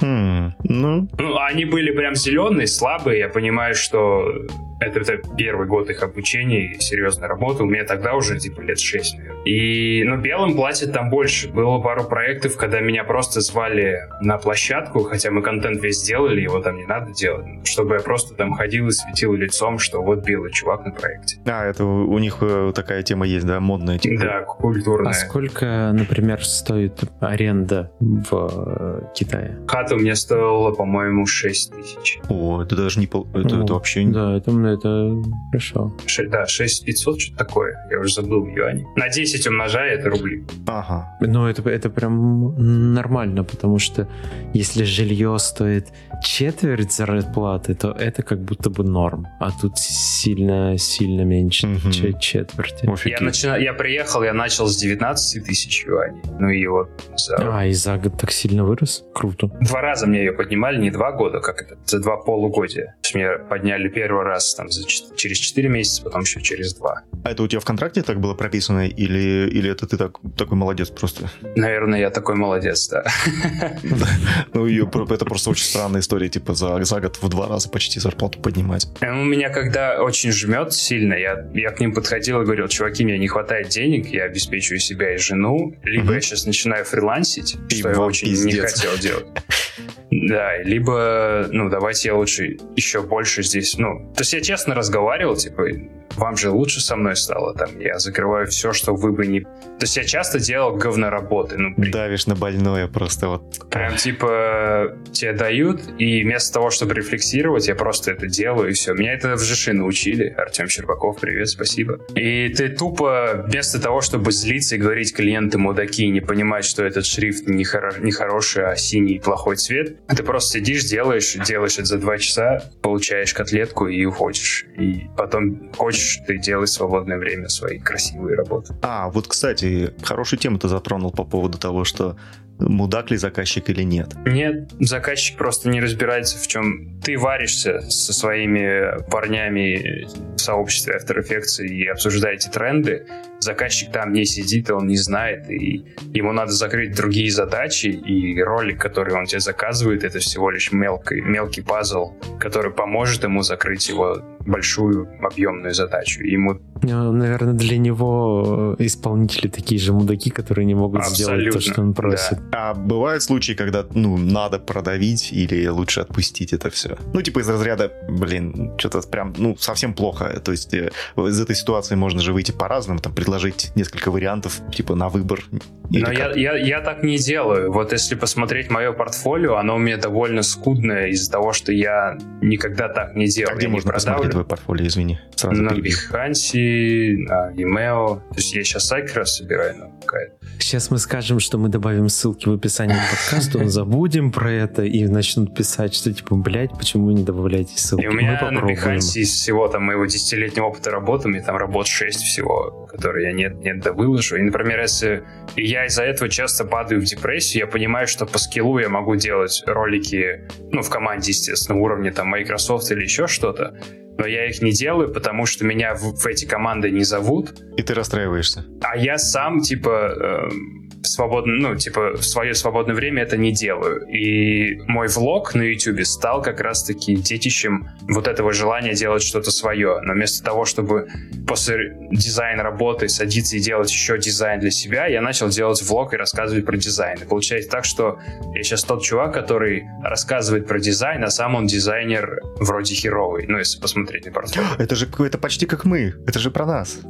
Они были прям зеленые, слабые, я понимаю, что это первый год их обучения и серьезной работы. У меня тогда уже лет 6, наверное. И, белым платят там больше. Было пару проектов, когда меня просто звали на площадку, хотя мы контент весь сделали, его там не надо делать, чтобы я просто там ходил и светил лицом, что вот белый чувак на проекте. Это у них такая тема есть, да, модная. Типа. Да, культурная. А сколько, например, стоит аренда в Китае? Хата у меня стоила, по-моему, 6 тысяч. О, это даже не... Это вообще... Да, это хорошо. 6500, что-то такое. Я уже забыл в юане. На 10 умножая, это рубли. Ага. Это прям нормально, потому что если жилье стоит четверть зарплаты, то это как будто бы норм. А тут сильно меньше четверти. Я приехал, я начал с 19 тысяч юаней. И вот и за год так сильно вырос? Круто. 2 раза мне ее поднимали, не 2 года, как это, за 2 полугодия. Мне подняли первый раз там через 4 месяца, потом еще через 2. А это у тебя в контракте так было прописано, или это ты такой молодец просто? Наверное, я такой молодец, да. Ну, это просто очень странная история, типа за год в 2 раза почти зарплату поднимать. У меня когда очень жмет сильно, я к ним подходил и говорил: чуваки, мне не хватает денег, я обеспечиваю себя и жену, либо я сейчас начинаю фрилансить, что я очень не хотел делать. Да, либо, давайте я лучше еще больше здесь, то есть я честно разговаривал, типа, вам же лучше со мной стало, там, я закрываю все, что вы бы не... То есть я часто делал говноработы, Давишь на больное просто вот. Прям, типа, тебе дают, и вместо того, чтобы рефлексировать, я просто это делаю, и все. Меня это в ЖШ научили. Артем Щербаков, привет, спасибо. И ты тупо, вместо того, чтобы злиться и говорить: клиенты мудаки, и не понимать, что этот шрифт не хороший, а синий плохой цвет, ты просто сидишь, делаешь это за 2 часа, получаешь котлетку и уходишь. И потом хочешь ты делать в свободное время свои красивые работы. Вот, кстати, хорошую тему ты затронул по поводу того, что мудак ли заказчик или нет. Нет, заказчик просто не разбирается, в чем ты варишься со своими парнями в сообществе After Effects и обсуждаете тренды. Заказчик там не сидит, он не знает, и ему надо закрыть другие задачи, и ролик, который он тебе заказывает, это всего лишь мелкий пазл, который поможет ему закрыть его большую объемную задачу. Ему... Наверное, для него исполнители такие же мудаки, которые не могут сделать то, что он просит. Да. А бывают случаи, когда, надо продавить или лучше отпустить это все? Типа из разряда, что-то прям, совсем плохо. То есть из этой ситуации можно же выйти по-разному, там, предложить несколько вариантов, типа, на выбор. Но я так не делаю. Вот если посмотреть мое портфолио, оно у меня довольно скудное из-за того, что я никогда так не делал. А где можно посмотреть твое портфолио, извини? На Behance, на Vimeo. То есть я сейчас сайт как раз собираю. Сейчас мы скажем, что мы добавим ссылки в описании к подкасту, забудем про это и начнут писать, что типа, почему вы не добавляете ссылки? И у меня на Behance из всего там моего 10-летнего опыта работы, у меня там работ 6 всего, которые я нет да выложу. И, например, если я из-за этого часто падаю в депрессию, я понимаю, что по скиллу я могу делать ролики, в команде, естественно, уровня там Microsoft или еще что-то, но я их не делаю, потому что меня в эти команды не зовут. И ты расстраиваешься. А я сам, свободно, в свое свободное время это не делаю. И мой влог на YouTube стал как раз-таки детищем вот этого желания делать что-то свое. Но вместо того, чтобы после дизайн работы садиться и делать еще дизайн для себя, я начал делать влог и рассказывать про дизайн. И получается так, что я сейчас тот чувак, который рассказывает про дизайн, а сам он дизайнер вроде херовый. Если посмотреть на портфолио. Это почти как мы. Это же про нас.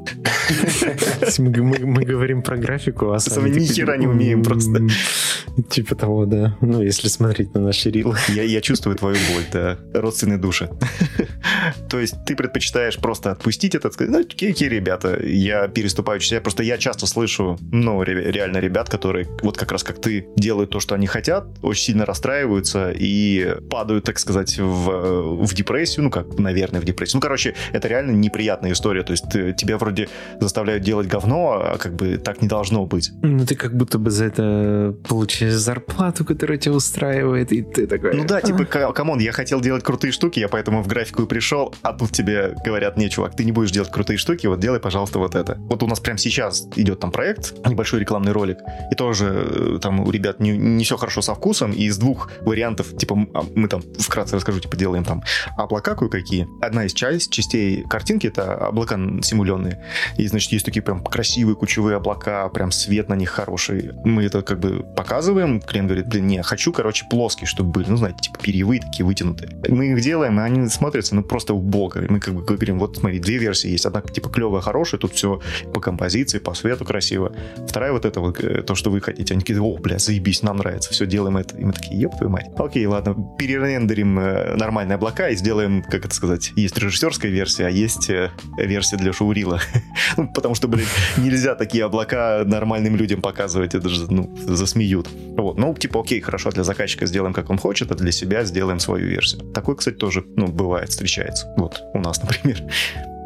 Мы говорим про графику, а сами ни хера не умеем просто. Типа того, да. Если смотреть на наши рилы. Я чувствую твою боль, да. Родственные души. То есть ты предпочитаешь просто отпустить это, сказать, какие ребята, я переступаю через себя. Просто я часто слышу, реально ребят, которые вот как раз как ты делают то, что они хотят, очень сильно расстраиваются и падают, так сказать, в депрессию. Наверное, в депрессию. Это реально неприятная история. То есть тебя вроде заставляют делать говно, а как бы так не должно быть. Ты как будто бы за это получаешь зарплату, которая тебя устраивает, и ты такой... камон, я хотел делать крутые штуки, я поэтому в графику и пришел, а тут тебе говорят: не, чувак, ты не будешь делать крутые штуки, вот делай, пожалуйста, вот это. Вот у нас прямо сейчас идет там проект, небольшой рекламный ролик, и тоже там у ребят не все хорошо со вкусом, и из 2 вариантов, мы там, вкратце расскажу, делаем там облака кое-какие. Одна из частей картинки — это облака симуленные, и, значит, есть такие прям красивые кучевые облака, прям свет на них хороший. Мы это как бы показываем, клиент говорит: не, хочу, плоские, чтобы были, перьевые такие вытянутые. Мы их делаем, и они смотрятся, просто убого. Мы как бы говорим: вот смотри, 2 версии есть. Одна клевая, хорошая, тут все по композиции, по свету красиво. Вторая вот это вот, то, что вы хотите. Они такие: заебись, нам нравится, все, делаем это. И мы такие: еб твою мать. Окей, ладно, перерендерим нормальные облака и сделаем, как это сказать, есть режиссерская версия, а есть версия для шоурила. Потому что, нельзя такие облака нормальным людям показывать, это же, засмеют. Вот, окей, хорошо, для заказчика сделаем, как он хочет, а для себя сделаем свою версию. Такое, кстати, тоже, бывает, встречается. Вот, у нас, например.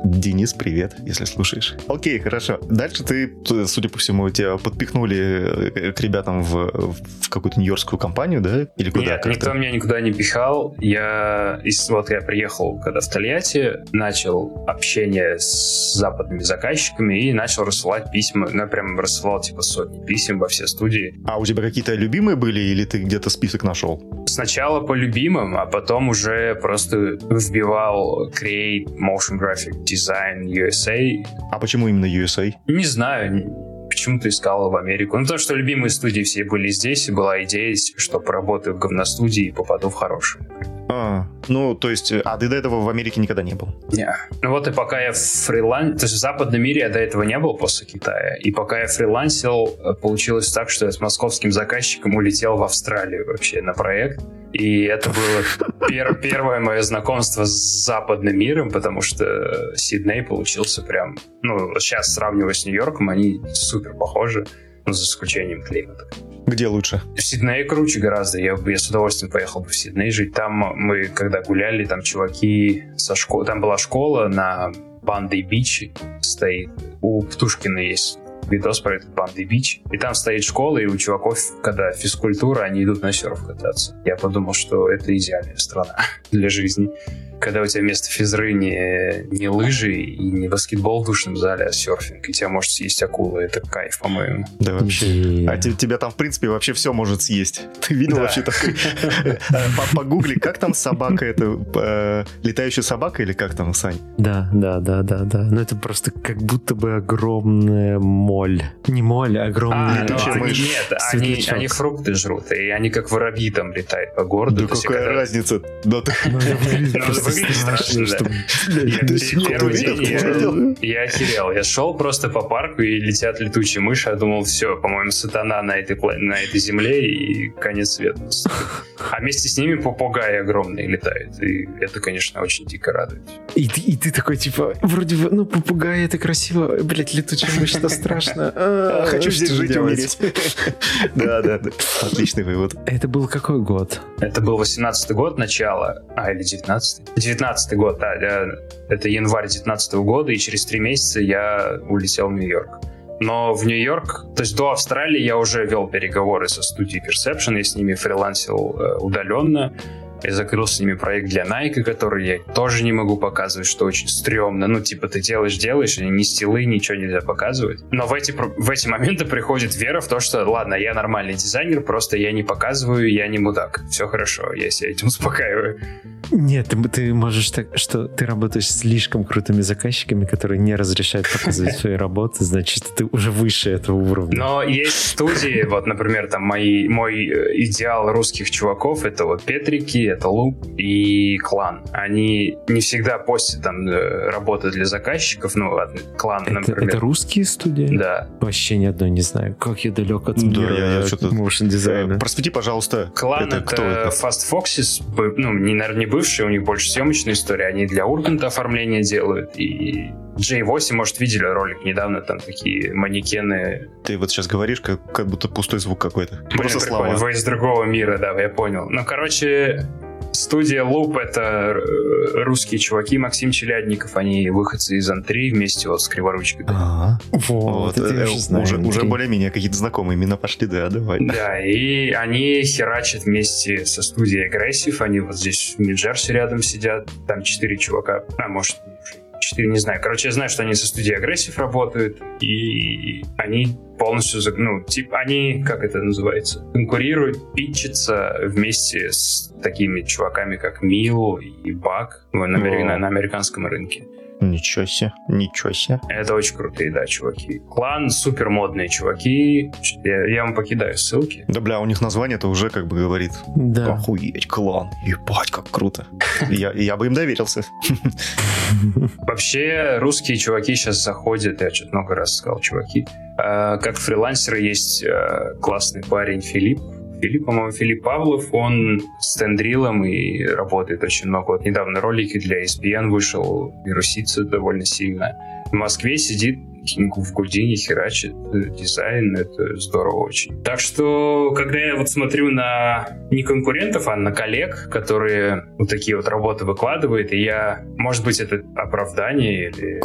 Денис, привет, если слушаешь. Окей, хорошо. Дальше ты, судя по всему, тебя подпихнули к ребятам в какую-то нью-йоркскую компанию, да? Или куда? Нет, никто меня никуда не пихал. Я приехал когда в Тольятти, начал общение с западными заказчиками и начал рассылать письма. Я прям рассылал сотни писем во все студии. А у тебя какие-то любимые были или ты где-то список нашел? Сначала по любимым, а потом уже просто вбивал Create, Motion Graphic Design, USA. А почему именно USA? Не знаю, почему-то искал в Америку. Потому что любимые студии все были здесь, и была идея, что поработаю в говностудии и попаду в хорошую. То есть, ты до этого в Америке никогда не был? Не. И пока я фрилансил, то есть в западном мире я до этого не был после Китая, и пока я фрилансил, получилось так, что я с московским заказчиком улетел в Австралию вообще на проект. И это было первое мое знакомство с западным миром, потому что Сидней получился прям... сейчас сравнивая с Нью-Йорком, они супер похожи, за исключением климата. Где лучше? В Сиднее круче гораздо. Я с удовольствием поехал бы в Сидней жить. Там мы, когда гуляли, там чуваки со школы... Там была школа на Банди-Бич стоит. У Птушкина есть видос про этот Банди-Бич. И там стоит школа, и у чуваков, когда физкультура, они идут на серф кататься. Я подумал, что это идеальная страна для жизни. Когда у тебя вместо физры не лыжи и не баскетбол в душном зале, а серфинг, и тебя может съесть акула. Это кайф, по-моему. Да, вообще. А тебя там, в принципе, вообще все может съесть. Ты видел вообще такой? Погугли, как там собака, это летающая собака или как там, Сань? Да. Но это просто как будто бы огромная моль. Не моль, а огромная летучая мышь. Нет, они фрукты жрут, и они как воробьи там летают по городу. Да какая разница? Страшно, да. Первый день я охерел. Я шел просто по парку, и летят летучие мыши. Я думал, все, по-моему, сатана на этой земле, и конец света. А вместе с ними попугаи огромные летают. И это, конечно, очень дико радует. И ты такой, вроде бы, попугай, это красиво. Блять, летучая мышь, это страшно. Хочу здесь жить и умереть. Да. Отличный вывод. Это был какой год? Это был 18-й год, начало. Или 19-й? 19-й год, да. Это январь 19-го года, и через 3 месяца я улетел в Нью-Йорк. Но в Нью-Йорк, то есть до Австралии я уже вел переговоры со студией Perception, я с ними фрилансил удаленно. Я закрыл с ними проект для Nike, который я тоже не могу показывать, что очень стрёмно. Ты делаешь, и ни стилы, ничего нельзя показывать. Но в эти моменты приходит вера в то, что, ладно, я нормальный дизайнер, просто я не показываю, я не мудак. Все хорошо, я себя этим успокаиваю. Нет, ты можешь так, что ты работаешь с слишком крутыми заказчиками, которые не разрешают показывать свои работы, значит, ты уже выше этого уровня. Но есть студии, например, там мой идеал русских чуваков, это Петрики, это Луп и Клан. Они не всегда постят там работы для заказчиков, Клан, например. Это русские студии? Да. Вообще ни одной не знаю. Как я далек от мира моушн дизайна. Просвети, пожалуйста. Клан это Fast Foxes, наверное, не бывшие, у них больше съемочная история. Они для Урганта оформление делают. И J8, может, видели ролик недавно, там такие манекены. Ты сейчас говоришь, как будто пустой звук какой-то. Просто слова. Вы из другого мира, да, я понял. Студия Loop — это русские чуваки, Максим Челядников, они выходцы из Ан-3 вместе с Криворучкой. Уже более-менее какие-то знакомые имена пошли, да, давай. Да, и они херачат вместе со студией Aggressive, они здесь в Нью-Джерси рядом сидят, там 4 чувака, может, 4, не знаю. Я знаю, что они со студией Aggressive работают, и они полностью, они, как это называется, конкурируют, питчатся вместе с такими чуваками, как Мил и Бак на американском рынке. Ничего себе. Это очень крутые, да, чуваки. Клан, супер модные чуваки. Я вам покидаю ссылки. Да, у них название-то уже как бы говорит. Да. Охуеть, Клан. Ебать, как круто. Я бы им доверился. Вообще, русские чуваки сейчас заходят, я что-то много раз сказал, чуваки. Как фрилансеры есть классный парень Филипп, по-моему, Филипп Павлов, он с тендрилом и работает очень много. Недавно ролики для ESPN вышел, вирусится довольно сильно. В Москве сидит в Houdini херачит дизайн, это здорово очень. Так что, когда я вот смотрю на не конкурентов, а на коллег, которые вот такие вот работы выкладывают, и я, может быть, это оправдание или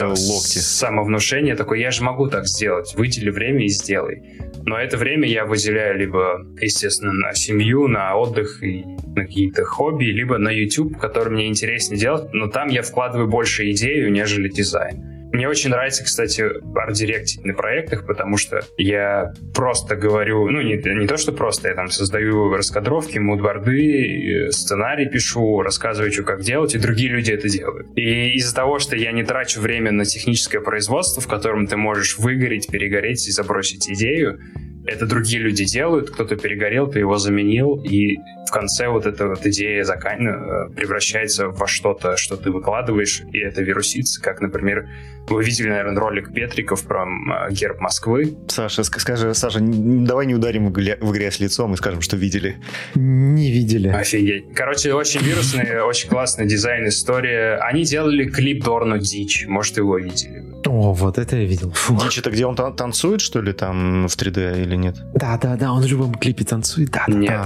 самовнушение такое, я же могу так сделать, выдели время и сделай. Но это время я выделяю либо, естественно, на семью, на отдых и на какие-то хобби, либо на YouTube, который мне интереснее делать, но там я вкладываю больше идею, нежели дизайн. Мне очень нравится, кстати, арт-директить на проектах, потому что я просто говорю, ну, не то, что просто, я там создаю раскадровки, мудборды, сценарий пишу, рассказываю, что как делать, и другие люди это делают. И из-за того, что я не трачу время на техническое производство, в котором ты можешь выгореть, перегореть и забросить идею, это другие люди делают, кто-то перегорел, ты его заменил, и в конце вот эта вот идея превращается во что-то, что ты выкладываешь, и это вирусится, как, например, вы видели, наверное, ролик Петриков про герб Москвы. Саша, скажи, давай не ударим в грязь лицом и скажем, что видели. Не видели. Офигеть. Короче, очень вирусный, очень классный дизайн, история. Они делали клип Дорну Дичь, может, его видели. О, вот это я видел. Дичь, это где он танцует, что ли, там в 3D или нет? Да, он в любом клипе танцует, да. Нет,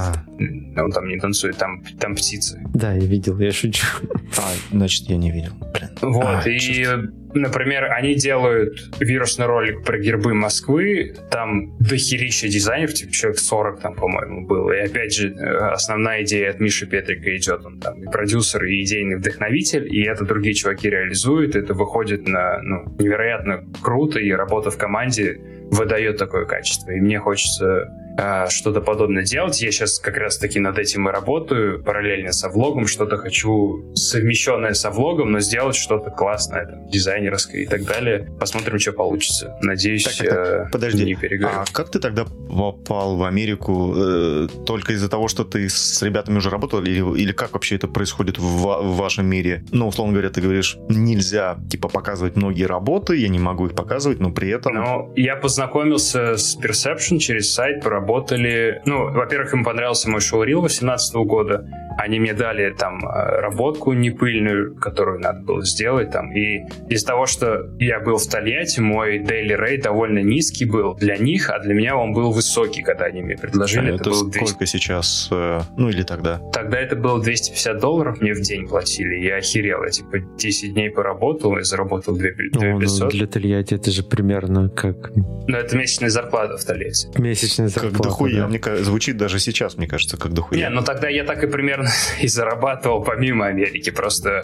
он там не танцует, там птицы. Да, я видел, я шучу. Значит, я не видел. Блин. Вот, например, они делают вирусный ролик про гербы Москвы, там дохерища дизайнеров, типа человек 40 там, по-моему, было. И опять же, основная идея от Миши Петрика идет, он там и продюсер, и идейный вдохновитель, и это другие чуваки реализуют, это выходит на невероятно круто, и работа в команде выдает такое качество. И мне хочется что-то подобное делать. Я сейчас как раз-таки над этим и работаю, параллельно со влогом, что-то хочу совмещенное со влогом, но сделать что-то классное, там, дизайнерское и так далее. Посмотрим, что получится. Надеюсь, подожди, не перегорю. А как ты тогда попал в Америку? Только из-за того, что ты с ребятами уже работал? Или как вообще это происходит в вашем мире? Ну, условно говоря, ты говоришь, нельзя, типа, показывать многие работы, я не могу их показывать, но при этом... Ну, я познакомился с Perception через сайт, поработали. Ну, во-первых, им понравился мой шоурил 2018 года. Они мне дали там работку непыльную, которую надо было сделать там. И из-за того, что я был в Тольятти, мой daily rate довольно низкий был для них, а для меня он был высокий, когда они мне предложили. Это было сколько сейчас? Ну, или тогда? Тогда это было $250 мне в день платили. Я охерел. Я типа 10 дней поработал и заработал 2500. Для Тольятти это же примерно как... Ну, это месячная зарплата в Тольятти. Месячная зарплата, как дохуя. Да. Мне звучит даже сейчас, мне кажется, как дохуя. Не, ну тогда я так и примерно и зарабатывал помимо Америки. Просто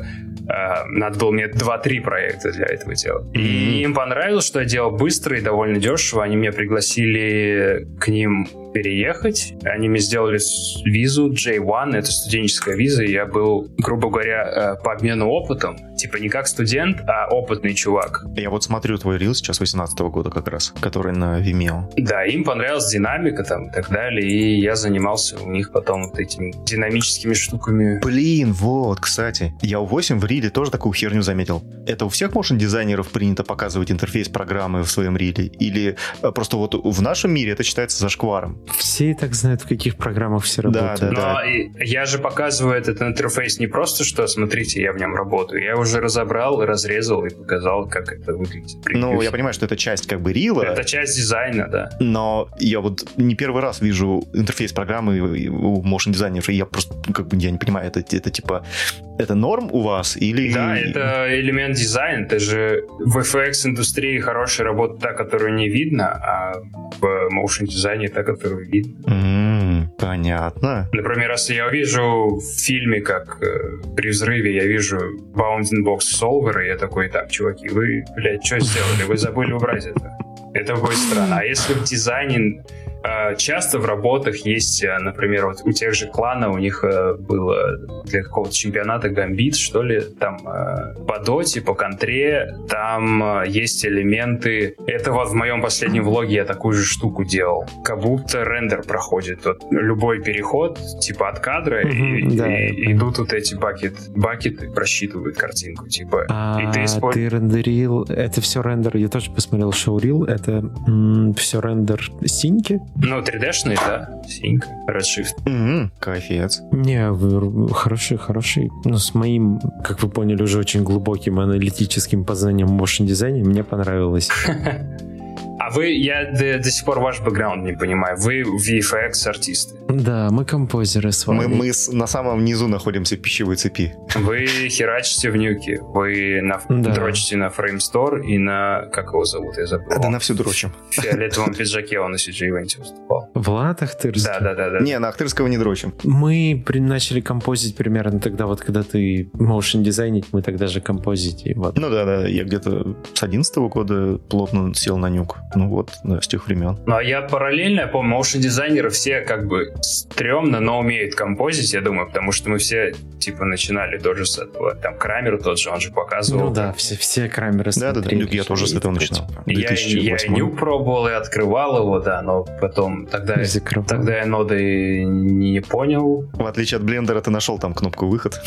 надо было мне 2-3 проекта для этого делать. И им понравилось, что я делал быстро и довольно дешево. Они меня пригласили к ним переехать. Они мне сделали визу J1, это студенческая виза, и я был, грубо говоря, по обмену опытом. Типа не как студент, а опытный чувак. Я вот смотрю твой рил сейчас 2018 года как раз, который на Vimeo. Да, им понравилась динамика там и так далее, и я занимался у них потом вот этими динамическими штуками. Блин, вот, кстати, я у 8 в риле тоже такую херню заметил. Это у всех моушн-дизайнеров принято показывать интерфейс программы в своем риле? Или просто вот в нашем мире это считается зашкваром? Все и так знают, в каких программах все работают. Да. Я же показываю этот интерфейс не просто, что смотрите, я в нем работаю. Я уже разобрал, разрезал и показал, как это выглядит. Ну, я понимаю, что это часть как бы рила. Это часть дизайна, да. Но я вот не первый раз вижу интерфейс программы у моушн-дизайнеров, и я просто как бы я не понимаю, это типа это норм у вас или... Да, это элемент дизайна. Это же в FX-индустрии хорошая работа та, которую не видно, а в моушн-дизайне та, которую видно. Понятно. Например, если я вижу в фильме, как при взрыве, я вижу Bounding Box Solver, и я такой, так, чуваки, вы, блядь, что сделали? Вы забыли убрать это. Это будет странно. А если в дизайне... Часто в работах есть, например, вот у тех же Клана, у них было для какого-то чемпионата Гамбит, что ли, там по доте, по контре, там есть элементы. Это вот в моем последнем влоге я такую же штуку делал. Как будто рендер проходит. Вот любой переход, типа от кадра, и идут вот эти бакеты просчитывают картинку, типа. И ты рендерил, это все рендер, я тоже посмотрел шоурил, это все рендер синьки? Ну, 3D-шный, да, синенько, Redshift. Кайфец. Не, хороший. Ну, с моим, как вы поняли, уже очень глубоким аналитическим познанием в motion дизайне мне понравилось. А я до сих пор ваш бэкграунд не понимаю. Вы VFX-артисты. Да, мы композеры с вами. Мы на самом низу находимся пищевой цепи. Вы херачите в нюке. Вы дрочите на Framestore и на... Как его зовут? Я забыл. Да на всю дрочим. В фиолетовом пиджаке он на CG-ивенте выступал. Влад Ахтырский? Да. Не, на Ахтырского не дрочим. Мы начали композить примерно тогда, вот когда ты motion дизайнить, мы тогда же композить. Вот. Ну да, я где-то с 2011 года плотно сел на нюк. Ну вот, да, с тех времен. Ну а я параллельно, я помню, моушн-дизайнеры все как бы стрёмно, но умеют композить, я думаю, потому что мы все типа начинали тоже с этого. Там Крамер тот же, он же показывал. Ну да, все Крамеры смотрели. Да, нюк я тоже с этого начинал. Я и нюк пробовал, и открывал его, да, но потом тогда я ноды не понял. В отличие от блендера ты нашел там кнопку выход.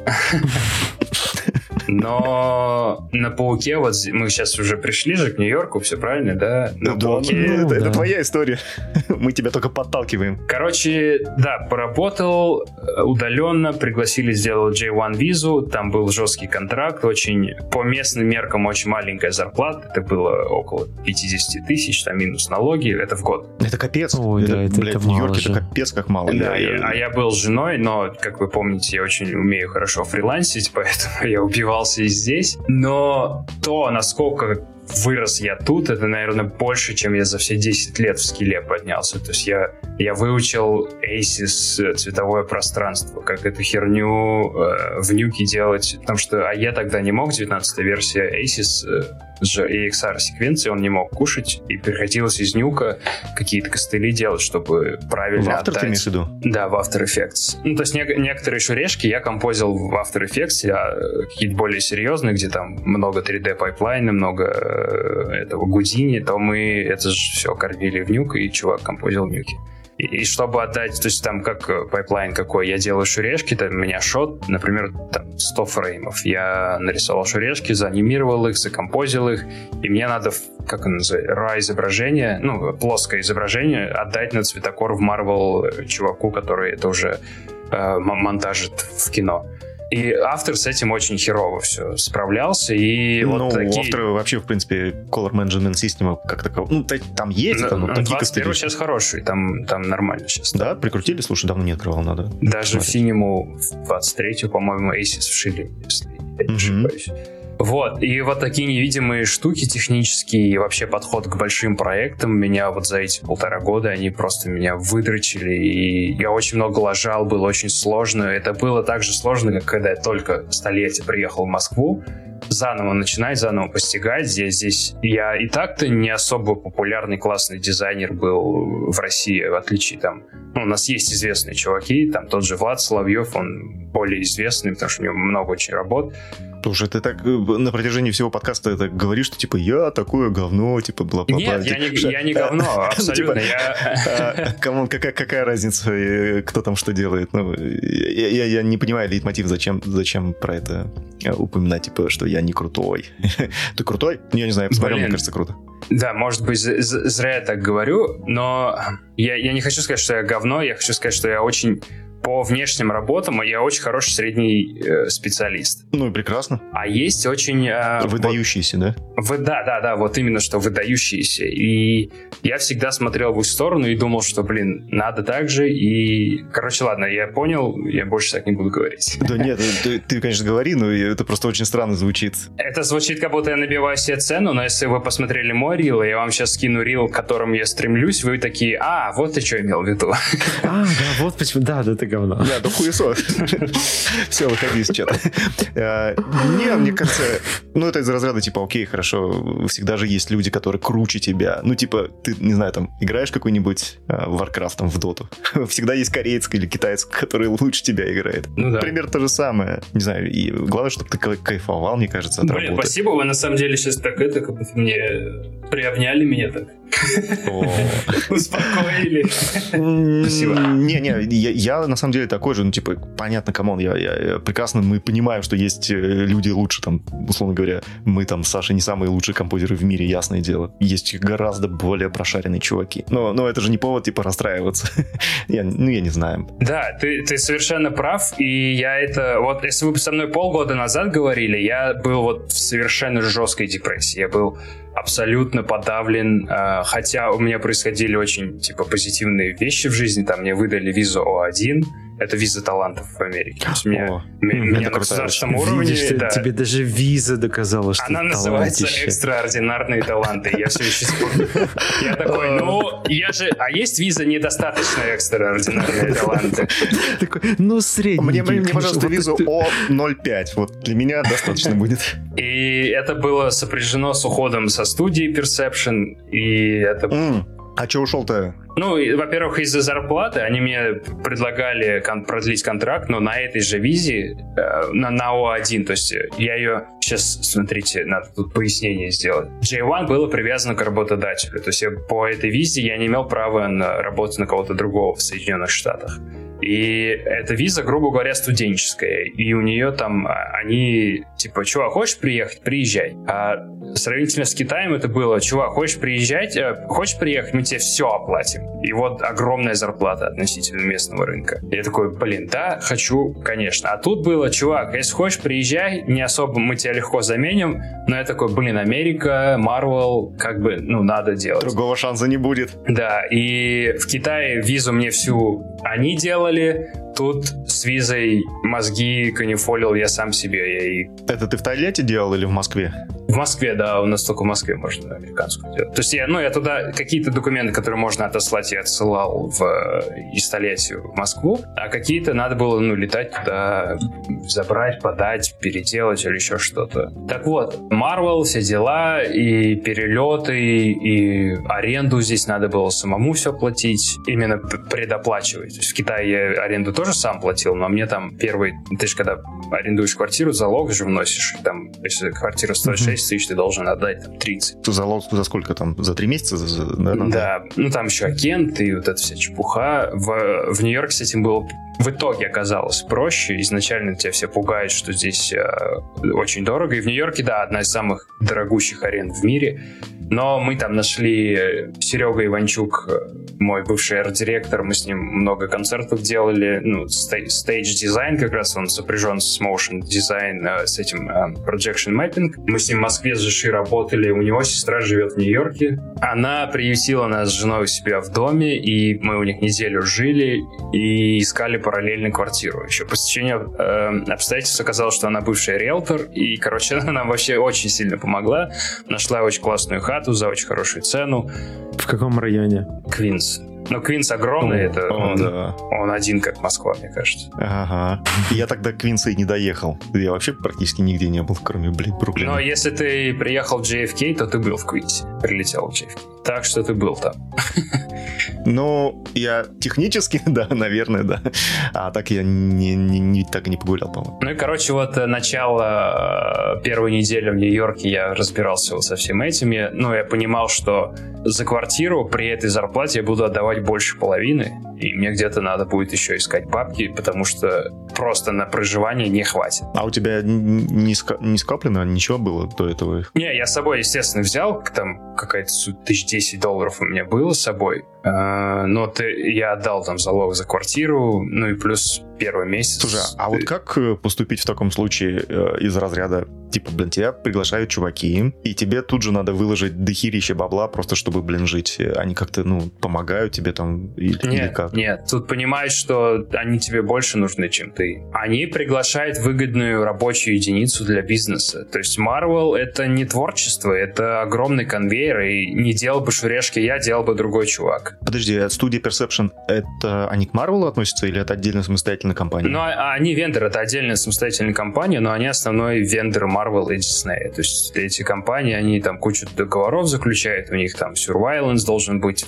Но на Пауке, вот мы сейчас уже пришли же к Нью-Йорку, все правильно, да? На Пауке... Это твоя история. Мы тебя только подталкиваем. Короче, да, поработал удаленно, пригласили сделать J1 визу, там был жесткий контракт, очень по местным меркам очень маленькая зарплата, это было около 50 тысяч, там минус налоги, это в год. Это капец. Ой, да, это в Нью-Йорке это капец как мало. Да, я был с женой, но, как вы помните, я очень умею хорошо фрилансить, поэтому я убивался и здесь. Но то, насколько вырос я тут, это, наверное, больше, чем я за все 10 лет в скилле поднялся. То есть я выучил ACES цветовое пространство, как эту херню в нюке делать, потому что я тогда не мог, 19-я версия ACES EXR секвенции он не мог кушать, и приходилось из нюка какие-то костыли делать, чтобы правильно отдать. В After ты имеешь в виду? Да, в After Effects. Ну, то есть некоторые еще решки я композил в After Effects, а какие-то более серьезные, где там много 3D пайплайна, много этого Гудини, то мы это же все кормили в нюк, и чувак композил в нюке. И чтобы отдать, то есть там как пайплайн какой, я делаю шурешки, там у меня шот, например, там 100 фреймов. Я нарисовал шурешки, заанимировал их, закомпозил их, и мне надо, как оно называется, RAW-изображение, ну, плоское изображение отдать на цветокор в Marvel чуваку, который это уже монтажит в кино. И автор с этим очень херово все справлялся. И ну, вот такие... автора вообще, в принципе, Color Management System как такового. Ну, там есть, но такие костыли. 21 сейчас хороший, там нормально сейчас. Да, прикрутили? Слушай, давно не открывал, надо. Даже в синему в 23-ю, по-моему, ACES вшили, если я не ошибаюсь. Вот, и вот такие невидимые штуки технические, и вообще подход к большим проектам меня вот за эти 1,5 года, они просто меня выдрочили, и я очень много лажал, было очень сложно. Это было так же сложно, как когда я только столетие приехал в Москву, заново начинать, заново постигать. Здесь я и так-то не особо популярный классный дизайнер был в России, в отличие там... Ну, у нас есть известные чуваки, там тот же Влад Соловьев, он более известный, потому что у него много очень работ. Слушай, ты так на протяжении всего подкаста так говоришь, что типа я такое говно, типа бла-бла-бла. Нет, я не говно, абсолютно. Кому какая разница, кто там что делает? Ну, я не понимаю лейтмотив, зачем про это упоминать, типа, что я не крутой. Ты крутой? Я не знаю, я посмотрел, мне кажется, круто. Да, может быть, зря я так говорю, но я не хочу сказать, что я говно, я хочу сказать, что я очень... По внешним работам я очень хороший средний специалист. Ну и прекрасно. А есть очень... выдающиеся, да? Да, вот именно что выдающиеся. И я всегда смотрел в их сторону и думал, что, надо так же. И, короче, ладно, я понял, я больше так не буду говорить. Да нет, ты, конечно, говори, но это просто очень странно звучит. Это звучит, как будто я набиваю себе цену, но если вы посмотрели мой рил, я вам сейчас скину рил, к которому я стремлюсь, вы такие, вот ты что имел в виду. Да, вот почему, да, ты говно. Да, да хуесос. Все, выходи из чата. Не, мне кажется, это из разряда, типа, окей, хорошо, всегда же есть люди, которые круче тебя. Ну, типа, ты, не знаю, там, играешь какой-нибудь Warcraft, там, в доту. Всегда есть кореец или китаец, который лучше тебя играет. Ну, да. Примерно то же самое. Не знаю, и главное, чтобы ты кайфовал, мне кажется, от работы. Спасибо, вы на самом деле сейчас так как будто мне приобняли меня так. Успокоили. Спасибо. Не, я на самом деле такой же, понятно, камон, я прекрасно, мы понимаем, что есть люди лучше, там, условно говоря, мы там с Сашей не самые лучшие композеры в мире, ясное дело. Есть гораздо более прошаренные чуваки. Но это же не повод, расстраиваться. я не знаю. Да, ты совершенно прав, и я это... Вот если вы со мной полгода назад говорили, я был в совершенно жесткой депрессии. Я был абсолютно подавлен, хотя у меня происходили очень, позитивные вещи в жизни. Там мне выдали визу О1, это виза талантов в Америке. То есть меня на государственном уровне... Видишь, да, тебе даже виза доказала, что она называется «Экстраординарные таланты». Я все еще вспомню. Я такой, А есть виза недостаточно экстраординарные таланты? Такой, средний. Мне, пожалуйста, визу О05. Вот для меня достаточно будет. И это было сопряжено с уходом со студии Perception, и это... А че ушел-то? Во-первых, из-за зарплаты они мне предлагали продлить контракт, но на этой же визе, на О1, то есть я ее... Сейчас, смотрите, надо тут пояснение сделать. J1 было привязано к работодателю, то есть по этой визе я не имел права на работу на кого-то другого в Соединенных Штатах. И эта виза, грубо говоря, студенческая. И у нее там они чувак, хочешь приехать? Приезжай. А сравнительно с Китаем это было, чувак, хочешь приехать, мы тебе все оплатим. И вот огромная зарплата относительно местного рынка. Я такой, да, хочу, конечно. А тут было, чувак, если хочешь, приезжай, не особо мы тебя легко заменим. Но я такой, Америка, Marvel, надо делать. Другого шанса не будет. Да, и в Китае визу мне всю они делали. Тут с визой мозги канифолил я сам себе. Это ты в Тольятти делал или в Москве? В Москве, да, у нас только в Москве можно американскую делать. То есть я туда какие-то документы, которые можно отослать, я отсылал из Тольятти в Москву, а какие-то надо было, летать туда, забрать, подать, переделать или еще что-то. Так вот, Marvel, все дела, и перелеты, и аренду здесь надо было самому все платить, именно предоплачивать. То есть в Китае я аренду тоже сам платил, но мне там ты же когда арендуешь квартиру, залог же вносишь, там, если квартира стоит 6 тысяч, ты должен отдать там 30. Залог за сколько там? За 3 месяца? Да, там еще агент и вот эта вся чепуха. В Нью-Йорке с этим было в итоге оказалось проще. Изначально тебя все пугают, что здесь очень дорого. И в Нью-Йорке, да, одна из самых дорогущих аренд в мире. Но мы там нашли Серега Иванчук, мой бывший арт-директор, мы с ним много концертов делали, стейдж-дизайн как раз, он сопряжен с motion дизайн, с этим projection mapping. Мы с ним в Москве с Жиши работали, у него сестра живет в Нью-Йорке. Она приютила нас с женой у себя в доме, и мы у них неделю жили и искали параллельно квартиру. Еще по стечению обстоятельств оказалось, что она бывшая риэлтор, и, она нам вообще очень сильно помогла. Нашла очень классную хату за очень хорошую цену. В каком районе? Квинс. Квинс огромный, он один, как Москва, мне кажется. Ага. Я тогда к Квинсу и не доехал. Я вообще практически нигде не был, кроме, Бруклина. Но если ты приехал в JFK, то ты был в Квинсе. Прилетел в JFK. Так что ты был там. Я технически, да, наверное, да. А так я так и не погулял, по-моему. Начало первой недели в Нью-Йорке я разбирался со всем этим. Я понимал, что за квартиру при этой зарплате я буду отдавать больше половины, и мне где-то надо будет еще искать бабки, потому что просто на проживание не хватит. А у тебя не скоплено ничего было до этого? Не, я с собой, естественно, взял, там какая-то $10 у меня было с собой, но я отдал там залог за квартиру, и плюс первый месяц. Слушай, а вот как поступить в таком случае из разряда, тебя приглашают чуваки, и тебе тут же надо выложить дохерища бабла просто чтобы, жить. Они как-то, помогают тебе там или как? Нет, тут понимаешь, что они тебе больше нужны, чем ты. Они приглашают выгодную рабочую единицу для бизнеса. То есть Marvel — это не творчество, это огромный конвейер, и не делал бы шурешки я, делал бы другой чувак. Подожди, студия Perception, это они к Marvel относятся или это отдельно самостоятельная компания? Они вендор, это отдельная самостоятельная компания, но они основной вендор Marvel и Disney. То есть эти компании, они там кучу договоров заключают, у них там surveillance должен быть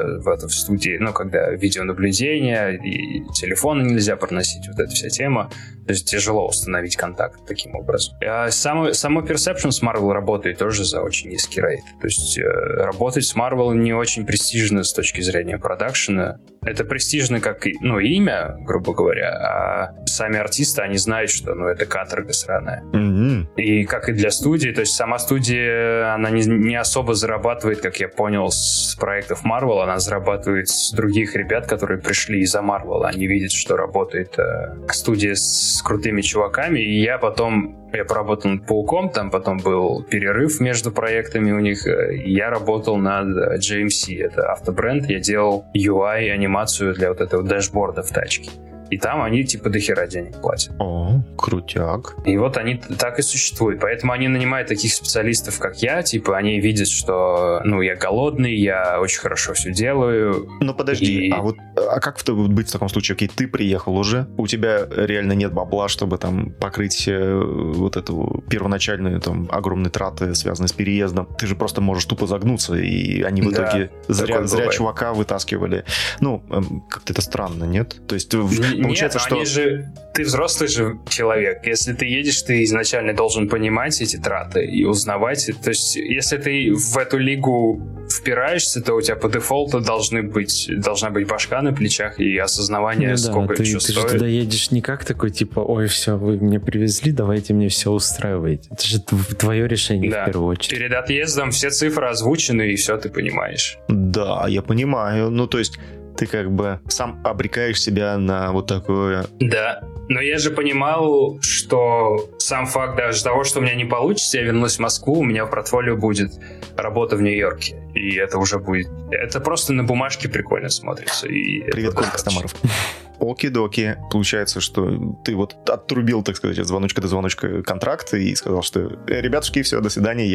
в студии, ну, когда видеонаблюдение, и телефоны нельзя проносить, вот эта вся тема. То есть тяжело установить контакт таким образом. А само Perception с Marvel работает тоже за очень низкий рейт. То есть работать с Marvel не очень престижно с точки зрения продакшена. Это престижно как, ну, имя, грубо говоря, а сами артисты, они знают, что, ну, это каторга сраная. Mm-hmm. И как и для студии, то есть сама студия, она не особо зарабатывает, как я понял, с проектов Marvel, она зарабатывает с других ребят, которые пришли из-за Marvel. Они видят, что работает студия с крутыми чуваками, и я поработал над Пауком, там потом был перерыв между проектами у них, и я работал над JMC, это автобренд, я делал UI, анимацию для вот этого дэшборда в тачке. И там они типа дохера денег платят. О, крутяк. И вот они так и существуют. Поэтому они нанимают таких специалистов, как я. Типа они видят, что, ну, я голодный, я очень хорошо все делаю. Ну, подожди, а как быть в таком случае? Окей, ты приехал уже, у тебя реально нет бабла, чтобы там покрыть вот эту первоначальную там огромные траты, связанные с переездом. Ты же просто можешь тупо загнуться, и они в итоге зря чувака вытаскивали. Ну, как-то это странно, нет? То есть получается, что... Ты взрослый же человек. Если ты едешь, ты изначально должен понимать эти траты и узнавать. То есть, если ты в эту лигу впираешься, то у тебя по дефолту должна быть башка на плечах и осознавание, сколько это что стоит. Ты же туда едешь не как такой, типа, ой, все, вы меня привезли, давайте мне все устраивайте. Это же твое решение в первую очередь. Перед отъездом все цифры озвучены, и все ты понимаешь. Да, я понимаю. Ну, то есть ты как бы сам обрекаешь себя на вот такое... Да, но я же понимал, что сам факт даже того, что у меня не получится, я вернусь в Москву, у меня в портфолио будет работа в Нью-Йорке. И это уже будет... Это просто на бумажке прикольно смотрится. И привет, Коля Костомаров. Оки-доки. Получается, что ты вот отрубил, так сказать, от звоночка до звоночка контракт и сказал, что ребятушки, все, до свидания,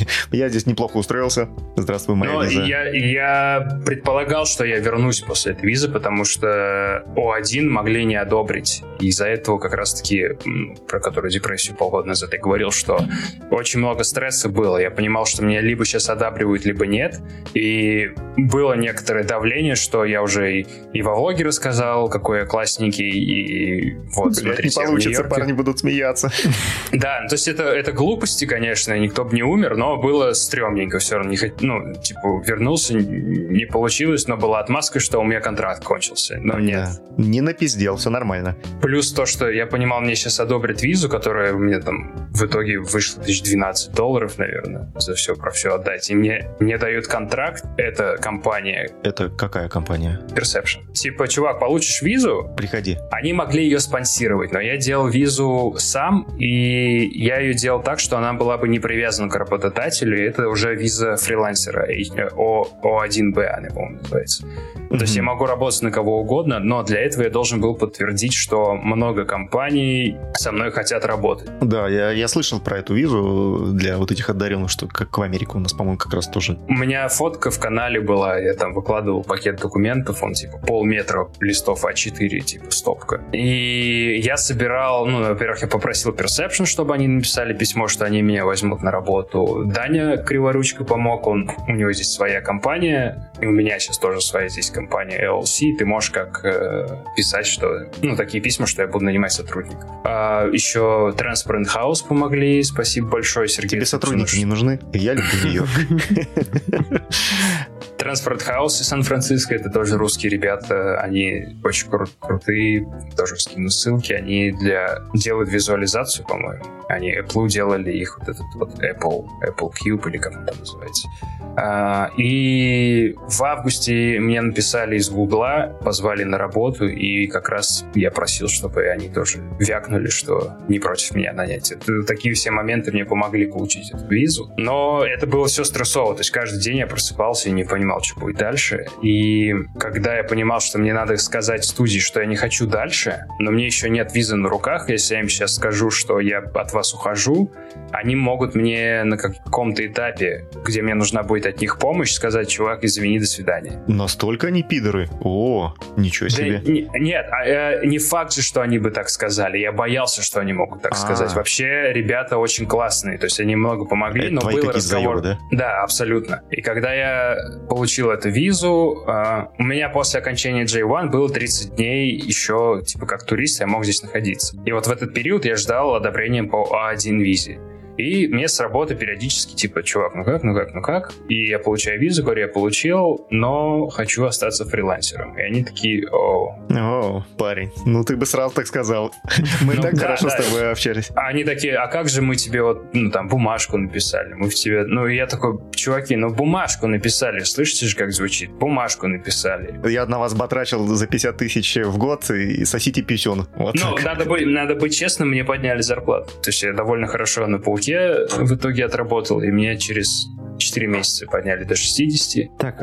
я здесь неплохо устроился. Здравствуй, моя виза. Я предполагал, что я вернусь после этой визы, потому что О1 могли не одобрить. И из-за этого как раз-таки, про которую депрессию полгода назад я говорил, что очень много стресса было. Я понимал, что меня либо сейчас одабривают, либо нет. И было некоторое давление, что я уже и во влоге рассказал, какой я классненький, и вот, смотрите, не получится, парни будут смеяться. Да, то есть это глупости, конечно, никто бы не умер, но было стрёмненько все равно. Ну, типа, вернулся, не получилось, но была отмазка, что у меня контракт кончился. Но нет. Не напиздел, все нормально. Плюс то, что я понимал, мне сейчас одобрят визу, которая у меня там в итоге вышла $1012, наверное, за все, про все отдать. И мне дают контракт, это компания. Это какая компания? Perception. Типа, чувак, получишь визу, приходи. Они могли ее спонсировать, но я делал визу сам, и я ее делал так, что она была бы не привязана к работодателю, и это уже виза фрилансера, О1Б, она, по-моему, называется. То есть я могу работать на кого угодно, но для этого я должен был подтвердить, что много компаний со мной хотят работать. Да, я слышал про эту визу для вот этих одаренных, что как в Америке у нас, по-моему, как раз тоже. У меня фотка в канале была, я там выкладывал пакет документов, он типа полметра листов А4, типа стопка. И я собирал, ну, во-первых, я попросил Perception, чтобы они написали письмо, что они меня возьмут на работу. Даня Криворучко помог, у него здесь своя компания, и у меня сейчас тоже своя здесь компания LLC, ты можешь как писать, что, ну, такие письма, что я буду нанимать сотрудников. Еще Transparent House помогли, спасибо большое, Сергей. Тебе сотрудники не нужны? Я люблю Нью-Йорк. Transparent House из Сан-Франциско, это тоже русские ребята, они очень крутые, тоже скину ссылки, они делают визуализацию, по-моему. Они Apple делали их, вот этот вот Apple Cube, или как он там называется. И в августе мне написали из Гугла, позвали на работу, и как раз я просил, чтобы они тоже вякнули, что не против меня нанять. Такие все моменты мне помогли получить эту визу. Но это было все стрессово, то есть каждый день я просыпался и не понимал, понимал, что будет дальше. И когда я понимал, что мне надо сказать студии, что я не хочу дальше, но мне еще нет визы на руках, если я им сейчас скажу, что я от вас ухожу, они могут мне на каком-то этапе, где мне нужна будет от них помощь, сказать: чувак, извини, до свидания. Настолько они пидоры? О, ничего себе. Да, нет, не факт же, что они бы так сказали. Я боялся, что они могут так сказать. Вообще, ребята очень классные, то есть они много помогли, но был разговор. Да? Да, абсолютно. И когда я получил эту визу, у меня после окончания J1 было 30 дней еще, типа, как турист, я мог здесь находиться. И вот в этот период я ждал одобрения по А1 визе. И мне с работы периодически, типа: чувак, ну как? И я получаю визу, говорю: я получил, но хочу остаться фрилансером. И они такие: О, парень, ну ты бы сразу так сказал. Мы так хорошо с тобой общались. Они такие: а как же мы тебе бумажку написали? Мы в тебе... и я такой: чуваки, бумажку написали. Слышите же, как звучит? Бумажку написали. Я на вас батрачил за 50 тысяч в год и сосите писюн. Вот надо быть честным, мне подняли зарплату. То есть я довольно хорошо на пауке в итоге отработал, и меня через 4 месяца подняли до 60. Так,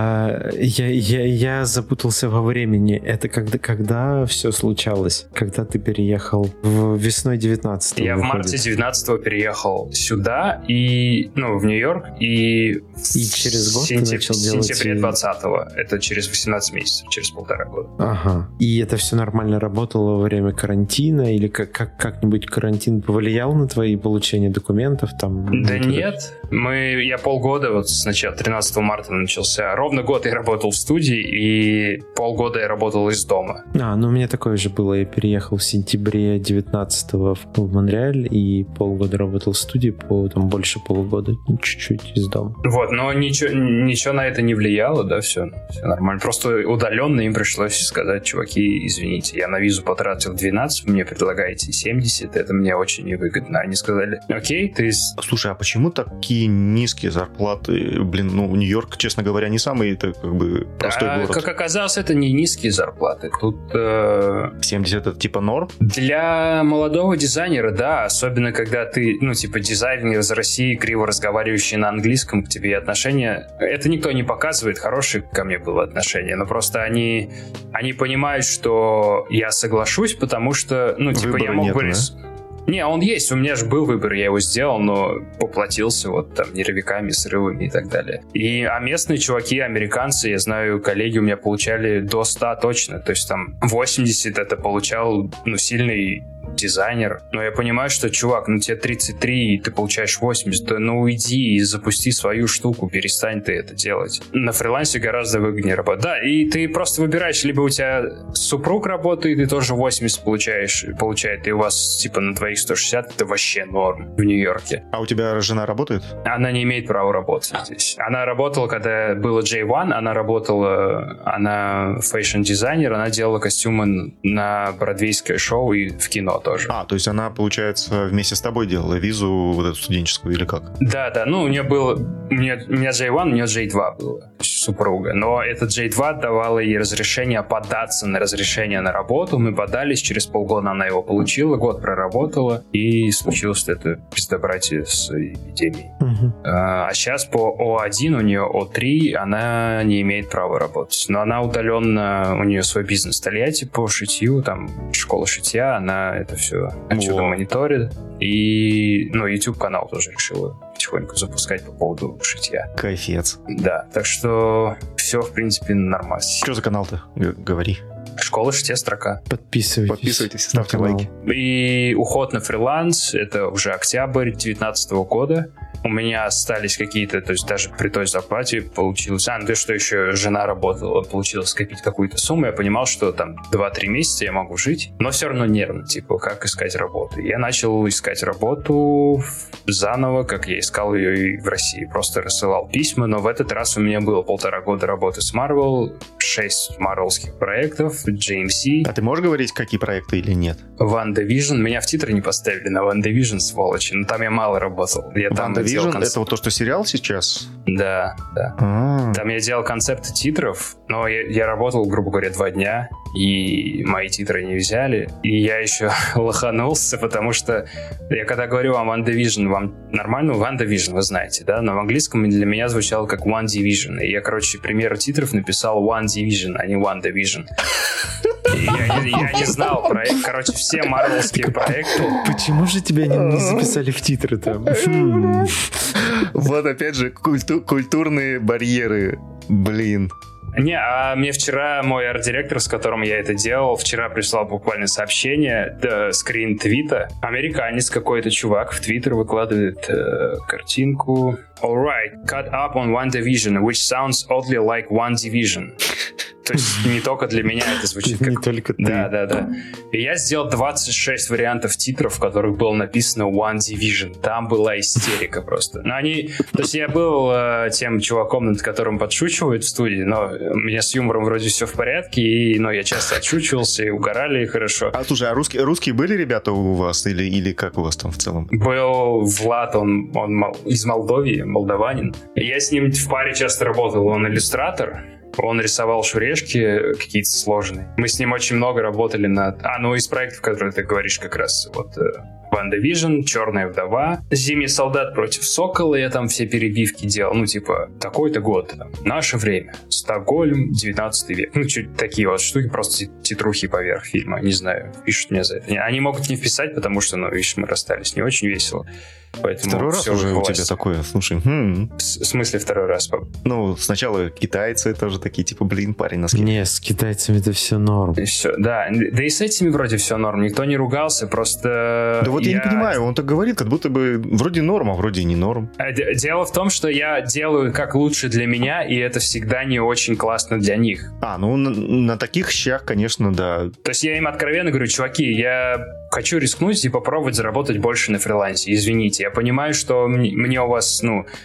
я запутался во времени. Это когда все случалось? Когда ты переехал? Весной 19-го? Я в марте 19-го переехал сюда, и, в Нью-Йорк, и через год ты начал делать... В сентябре 20-го. Это через 18 месяцев, через 1,5 года. Ага. И это все нормально работало во время карантина? Или как-нибудь карантин повлиял на твои получения документов? Да нет. Я полгода, с начала 13 марта начался. Ровно год я работал в студии, и полгода я работал из дома. У меня такое же было. Я переехал в сентябре 19-го в Монреаль, и полгода работал в студии, больше полугода, чуть-чуть из дома. Но ничего на это не влияло, да, все нормально. Просто удаленно им пришлось сказать: чуваки, извините, я на визу потратил 12, вы мне предлагаете 70, это мне очень невыгодно. Они сказали: окей, ты... Слушай, а почему такие низкие зарплаты? Нью-Йорк, честно говоря, не самый простой город. Как оказалось, это не низкие зарплаты. Тут... 70 это типа норм? Для молодого дизайнера, да. Особенно, когда ты, дизайнер из России, криво разговаривающий на английском, к тебе отношения... Это никто не показывает, хорошие ко мне было отношения, но просто они понимают, что я соглашусь, потому что, я мог бы... Не, он есть, у меня же был выбор, я его сделал, но поплатился нервиками, срывами и так далее. А местные чуваки, американцы, я знаю, коллеги у меня получали до 100 точно, то есть 80 это получал, сильный дизайнер. Но я понимаю, что, чувак, тебе 33, и ты получаешь 80, то уйди и запусти свою штуку, перестань ты это делать. На фрилансе гораздо выгоднее работать. Да, и ты просто выбираешь, либо у тебя супруг работает, и тоже 80 получает, и у вас, на твоих 160, это вообще норм в Нью-Йорке. А у тебя жена работает? Она не имеет права работать здесь. Она работала, когда было J1, она фэшн-дизайнер, она делала костюмы на бродвейское шоу и в кино тоже. То есть она, получается, вместе с тобой делала визу эту студенческую или как? Да, у меня J1, у нее J2 было, супруга, но этот J2 давала ей разрешение податься на разрешение на работу, мы подались, через полгода она его получила, год проработала, и случилось это пиздобратье с эпидемией. А сейчас по О1, у нее О3, она не имеет права работать, но она удаленно, у нее свой бизнес в Тольятти по шитью, школа шитья, она это все отсюда мониторит. И, YouTube-канал тоже решила потихоньку запускать по поводу шитья. Кайфец. Да, так что все, в принципе, нормально. Что за канал-то? Говори. Школа шитья строка. Подписывайтесь, ставьте лайки. И уход на фриланс, это уже октябрь 2019 года. У меня остались какие-то, то есть даже при той зарплате получилось... что еще жена работала, получилось скопить какую-то сумму. Я понимал, что 2-3 месяца я могу жить, но все равно нервно, как искать работу. Я начал искать работу заново, как я искал ее и в России. Просто рассылал письма, но в этот раз у меня было 1,5 года работы с Marvel, 6 марвелских проектов, GMC. А ты можешь говорить, какие проекты или нет? WandaVision. Меня в титры не поставили на WandaVision, сволочи. Но там я мало работал. Я там WandaVision — это вот то, что сериал сейчас? Да. Там я делал концепты титров, но я работал, грубо говоря, 2 дня, и мои титры не взяли. И я еще лоханулся, потому что я когда говорю вам WandaVision, вам нормально WandaVision, вы знаете, да? Но в английском для меня звучало как One Division. И я, короче, примеры титров написал One Division, а не WandaVision. Я не знал проект. Короче, все марвелские проекты. Почему же тебя не записали в титры там? Вот опять же культурные барьеры. Блин. Не, а мне вчера мой арт-директор, с которым я это делал, вчера прислал буквально сообщение, скрин твита. Американец какой-то чувак в твиттер выкладывает картинку. Alright, cut up on WandaVision, which sounds oddly like One Division. То есть не только для меня это звучит как... Не только ты. Да. И я сделал 26 вариантов титров, в которых было написано One Division. Там была истерика просто. Но они... То есть я был тем чуваком, над которым подшучивают в студии, но у меня с юмором вроде все в порядке, но я часто отшучивался, и угорали, и хорошо. А слушай, а русские были ребята у вас? Или как у вас там в целом? Был Влад, он из Молдовии, молдаванин. Я с ним в паре часто работал, он иллюстратор. Он рисовал шурешки какие-то сложные. Мы с ним очень много работали над... из проектов, которые ты говоришь как раз. Вот WandaVision, Черная вдова, Зимний солдат против Сокола. Я там все перебивки делал. Такой-то год. Наше время. Стокгольм, 19 век. Чуть такие вот штуки, просто титрухи поверх фильма. Не знаю, пишут мне за это. Они могут не вписать, потому что, видишь, мы расстались. Не очень весело. Поэтому второй раз уже у тебя такое, слушай. В смысле второй раз? Сначала китайцы тоже такие, парень носки. Не, с китайцами это все норм. И все, да. Да и с этими вроде все норм. Никто не ругался, просто... Да вот я не понимаю, он так говорит, как будто бы вроде норм, а вроде и не норм. Дело в том, что я делаю как лучше для меня, и это всегда не очень классно для них. На таких щах, конечно, да. То есть я им откровенно говорю, чуваки, я хочу рискнуть и попробовать заработать больше на фрилансе. Извините, я понимаю, что мне у вас,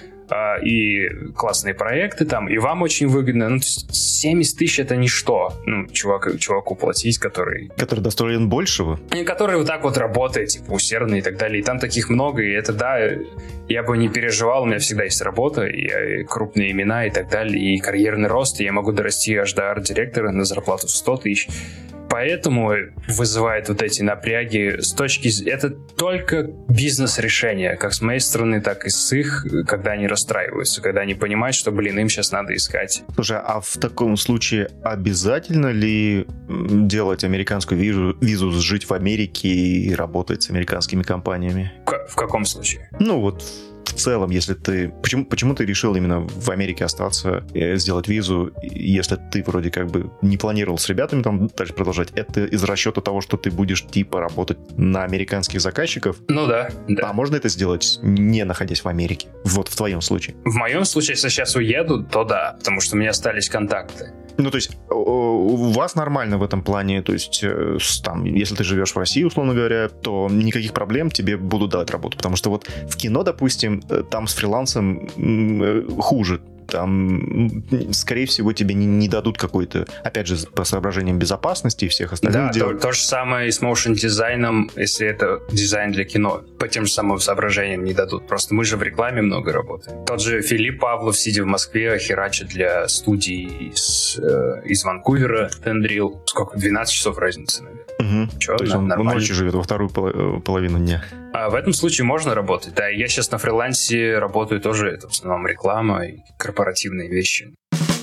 и классные проекты там, и вам очень выгодно. 70 тысяч это ничто. Чуваку платить, который... Который достоин большего. И который вот так вот работает, усердно и так далее. И там таких много, и это, да, я бы не переживал, у меня всегда есть работа, и крупные имена и так далее, и карьерный рост, и я могу дорасти аж до арт-директора на зарплату в 100 тысяч. Поэтому вызывает вот эти напряги с точки... Это только бизнес-решение, как с моей стороны, так и с их, когда они расстраиваются, когда они понимают, что, им сейчас надо искать. Слушай, а в таком случае обязательно ли делать американскую визу, жить в Америке и работать с американскими компаниями? В каком случае? В целом, если ты... Почему ты решил именно в Америке остаться, сделать визу, если ты вроде как бы не планировал с ребятами там дальше продолжать? Это из расчета того, что ты будешь работать на американских заказчиков? Да. А можно это сделать, не находясь в Америке? Вот в твоем случае. В моем случае, если сейчас уеду, то да, потому что у меня остались контакты. То есть у вас нормально в этом плане, то есть если ты живешь в России, условно говоря, то никаких проблем тебе будут давать работу, потому что вот в кино, допустим, там с фрилансом хуже. Там, скорее всего, тебе не дадут какой-то, опять же, по соображениям безопасности и всех остальных дел. Да, то же самое и с моушн-дизайном, если это дизайн для кино. По тем же самым соображениям не дадут. Просто мы же в рекламе много работаем. Тот же Филипп Павлов, сидя в Москве, херачит для студии из Ванкувера, Тендрил. Сколько? 12 часов разницы, наверное. Угу. То есть он ночью живет во вторую половину дня. А в этом случае можно работать. Да, я сейчас на фрилансе работаю тоже, это в основном реклама и корпоративные вещи.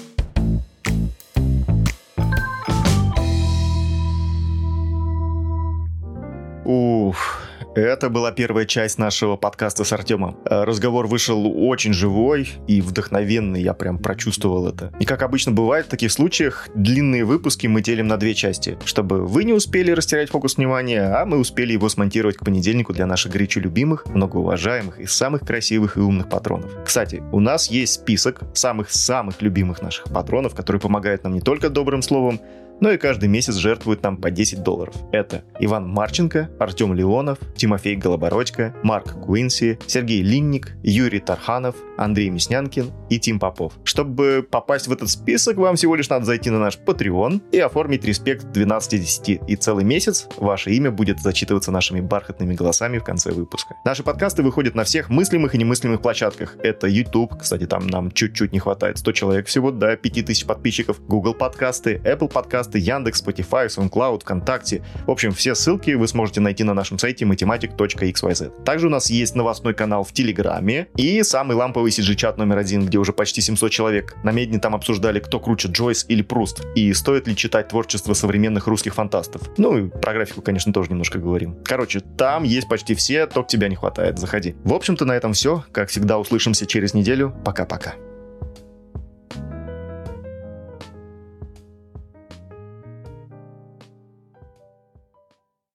Это была первая часть нашего подкаста с Артемом. Разговор вышел очень живой и вдохновенный, я прям прочувствовал это. И как обычно бывает в таких случаях, длинные выпуски мы делим на 2 части, чтобы вы не успели растерять фокус внимания, а мы успели его смонтировать к понедельнику для наших горячо любимых, многоуважаемых и самых красивых и умных патронов. Кстати, у нас есть список самых-самых любимых наших патронов, которые помогают нам не только добрым словом, но и каждый месяц жертвуют нам по $10. Это Иван Марченко, Артем Леонов, Тимур Тимофей Голобородько, Марк Куинси, Сергей Линник, Юрий Тарханов, Андрей Мяснянкин и Тим Попов. Чтобы попасть в этот список, вам всего лишь надо зайти на наш Patreon и оформить респект 12/10. И целый месяц ваше имя будет зачитываться нашими бархатными голосами в конце выпуска. Наши подкасты выходят на всех мыслимых и немыслимых площадках. Это YouTube, кстати, там нам чуть-чуть не хватает, 100 человек всего, до 5000 подписчиков, Google подкасты, Apple подкасты, Яндекс, Spotify, SoundCloud, ВКонтакте. В общем, все ссылки вы сможете найти на нашем сайте mathematic.xyz. Также у нас есть новостной канал в Телеграме и самый ламповый CG-чат номер 1, где уже почти 700 человек. На Медне там обсуждали, кто круче, Джойс или Пруст, и стоит ли читать творчество современных русских фантастов. Ну и про графику, конечно, тоже немножко говорим. Короче, там есть почти все, только тебя не хватает. Заходи. В общем-то, на этом все. Как всегда, услышимся через неделю. Пока-пока.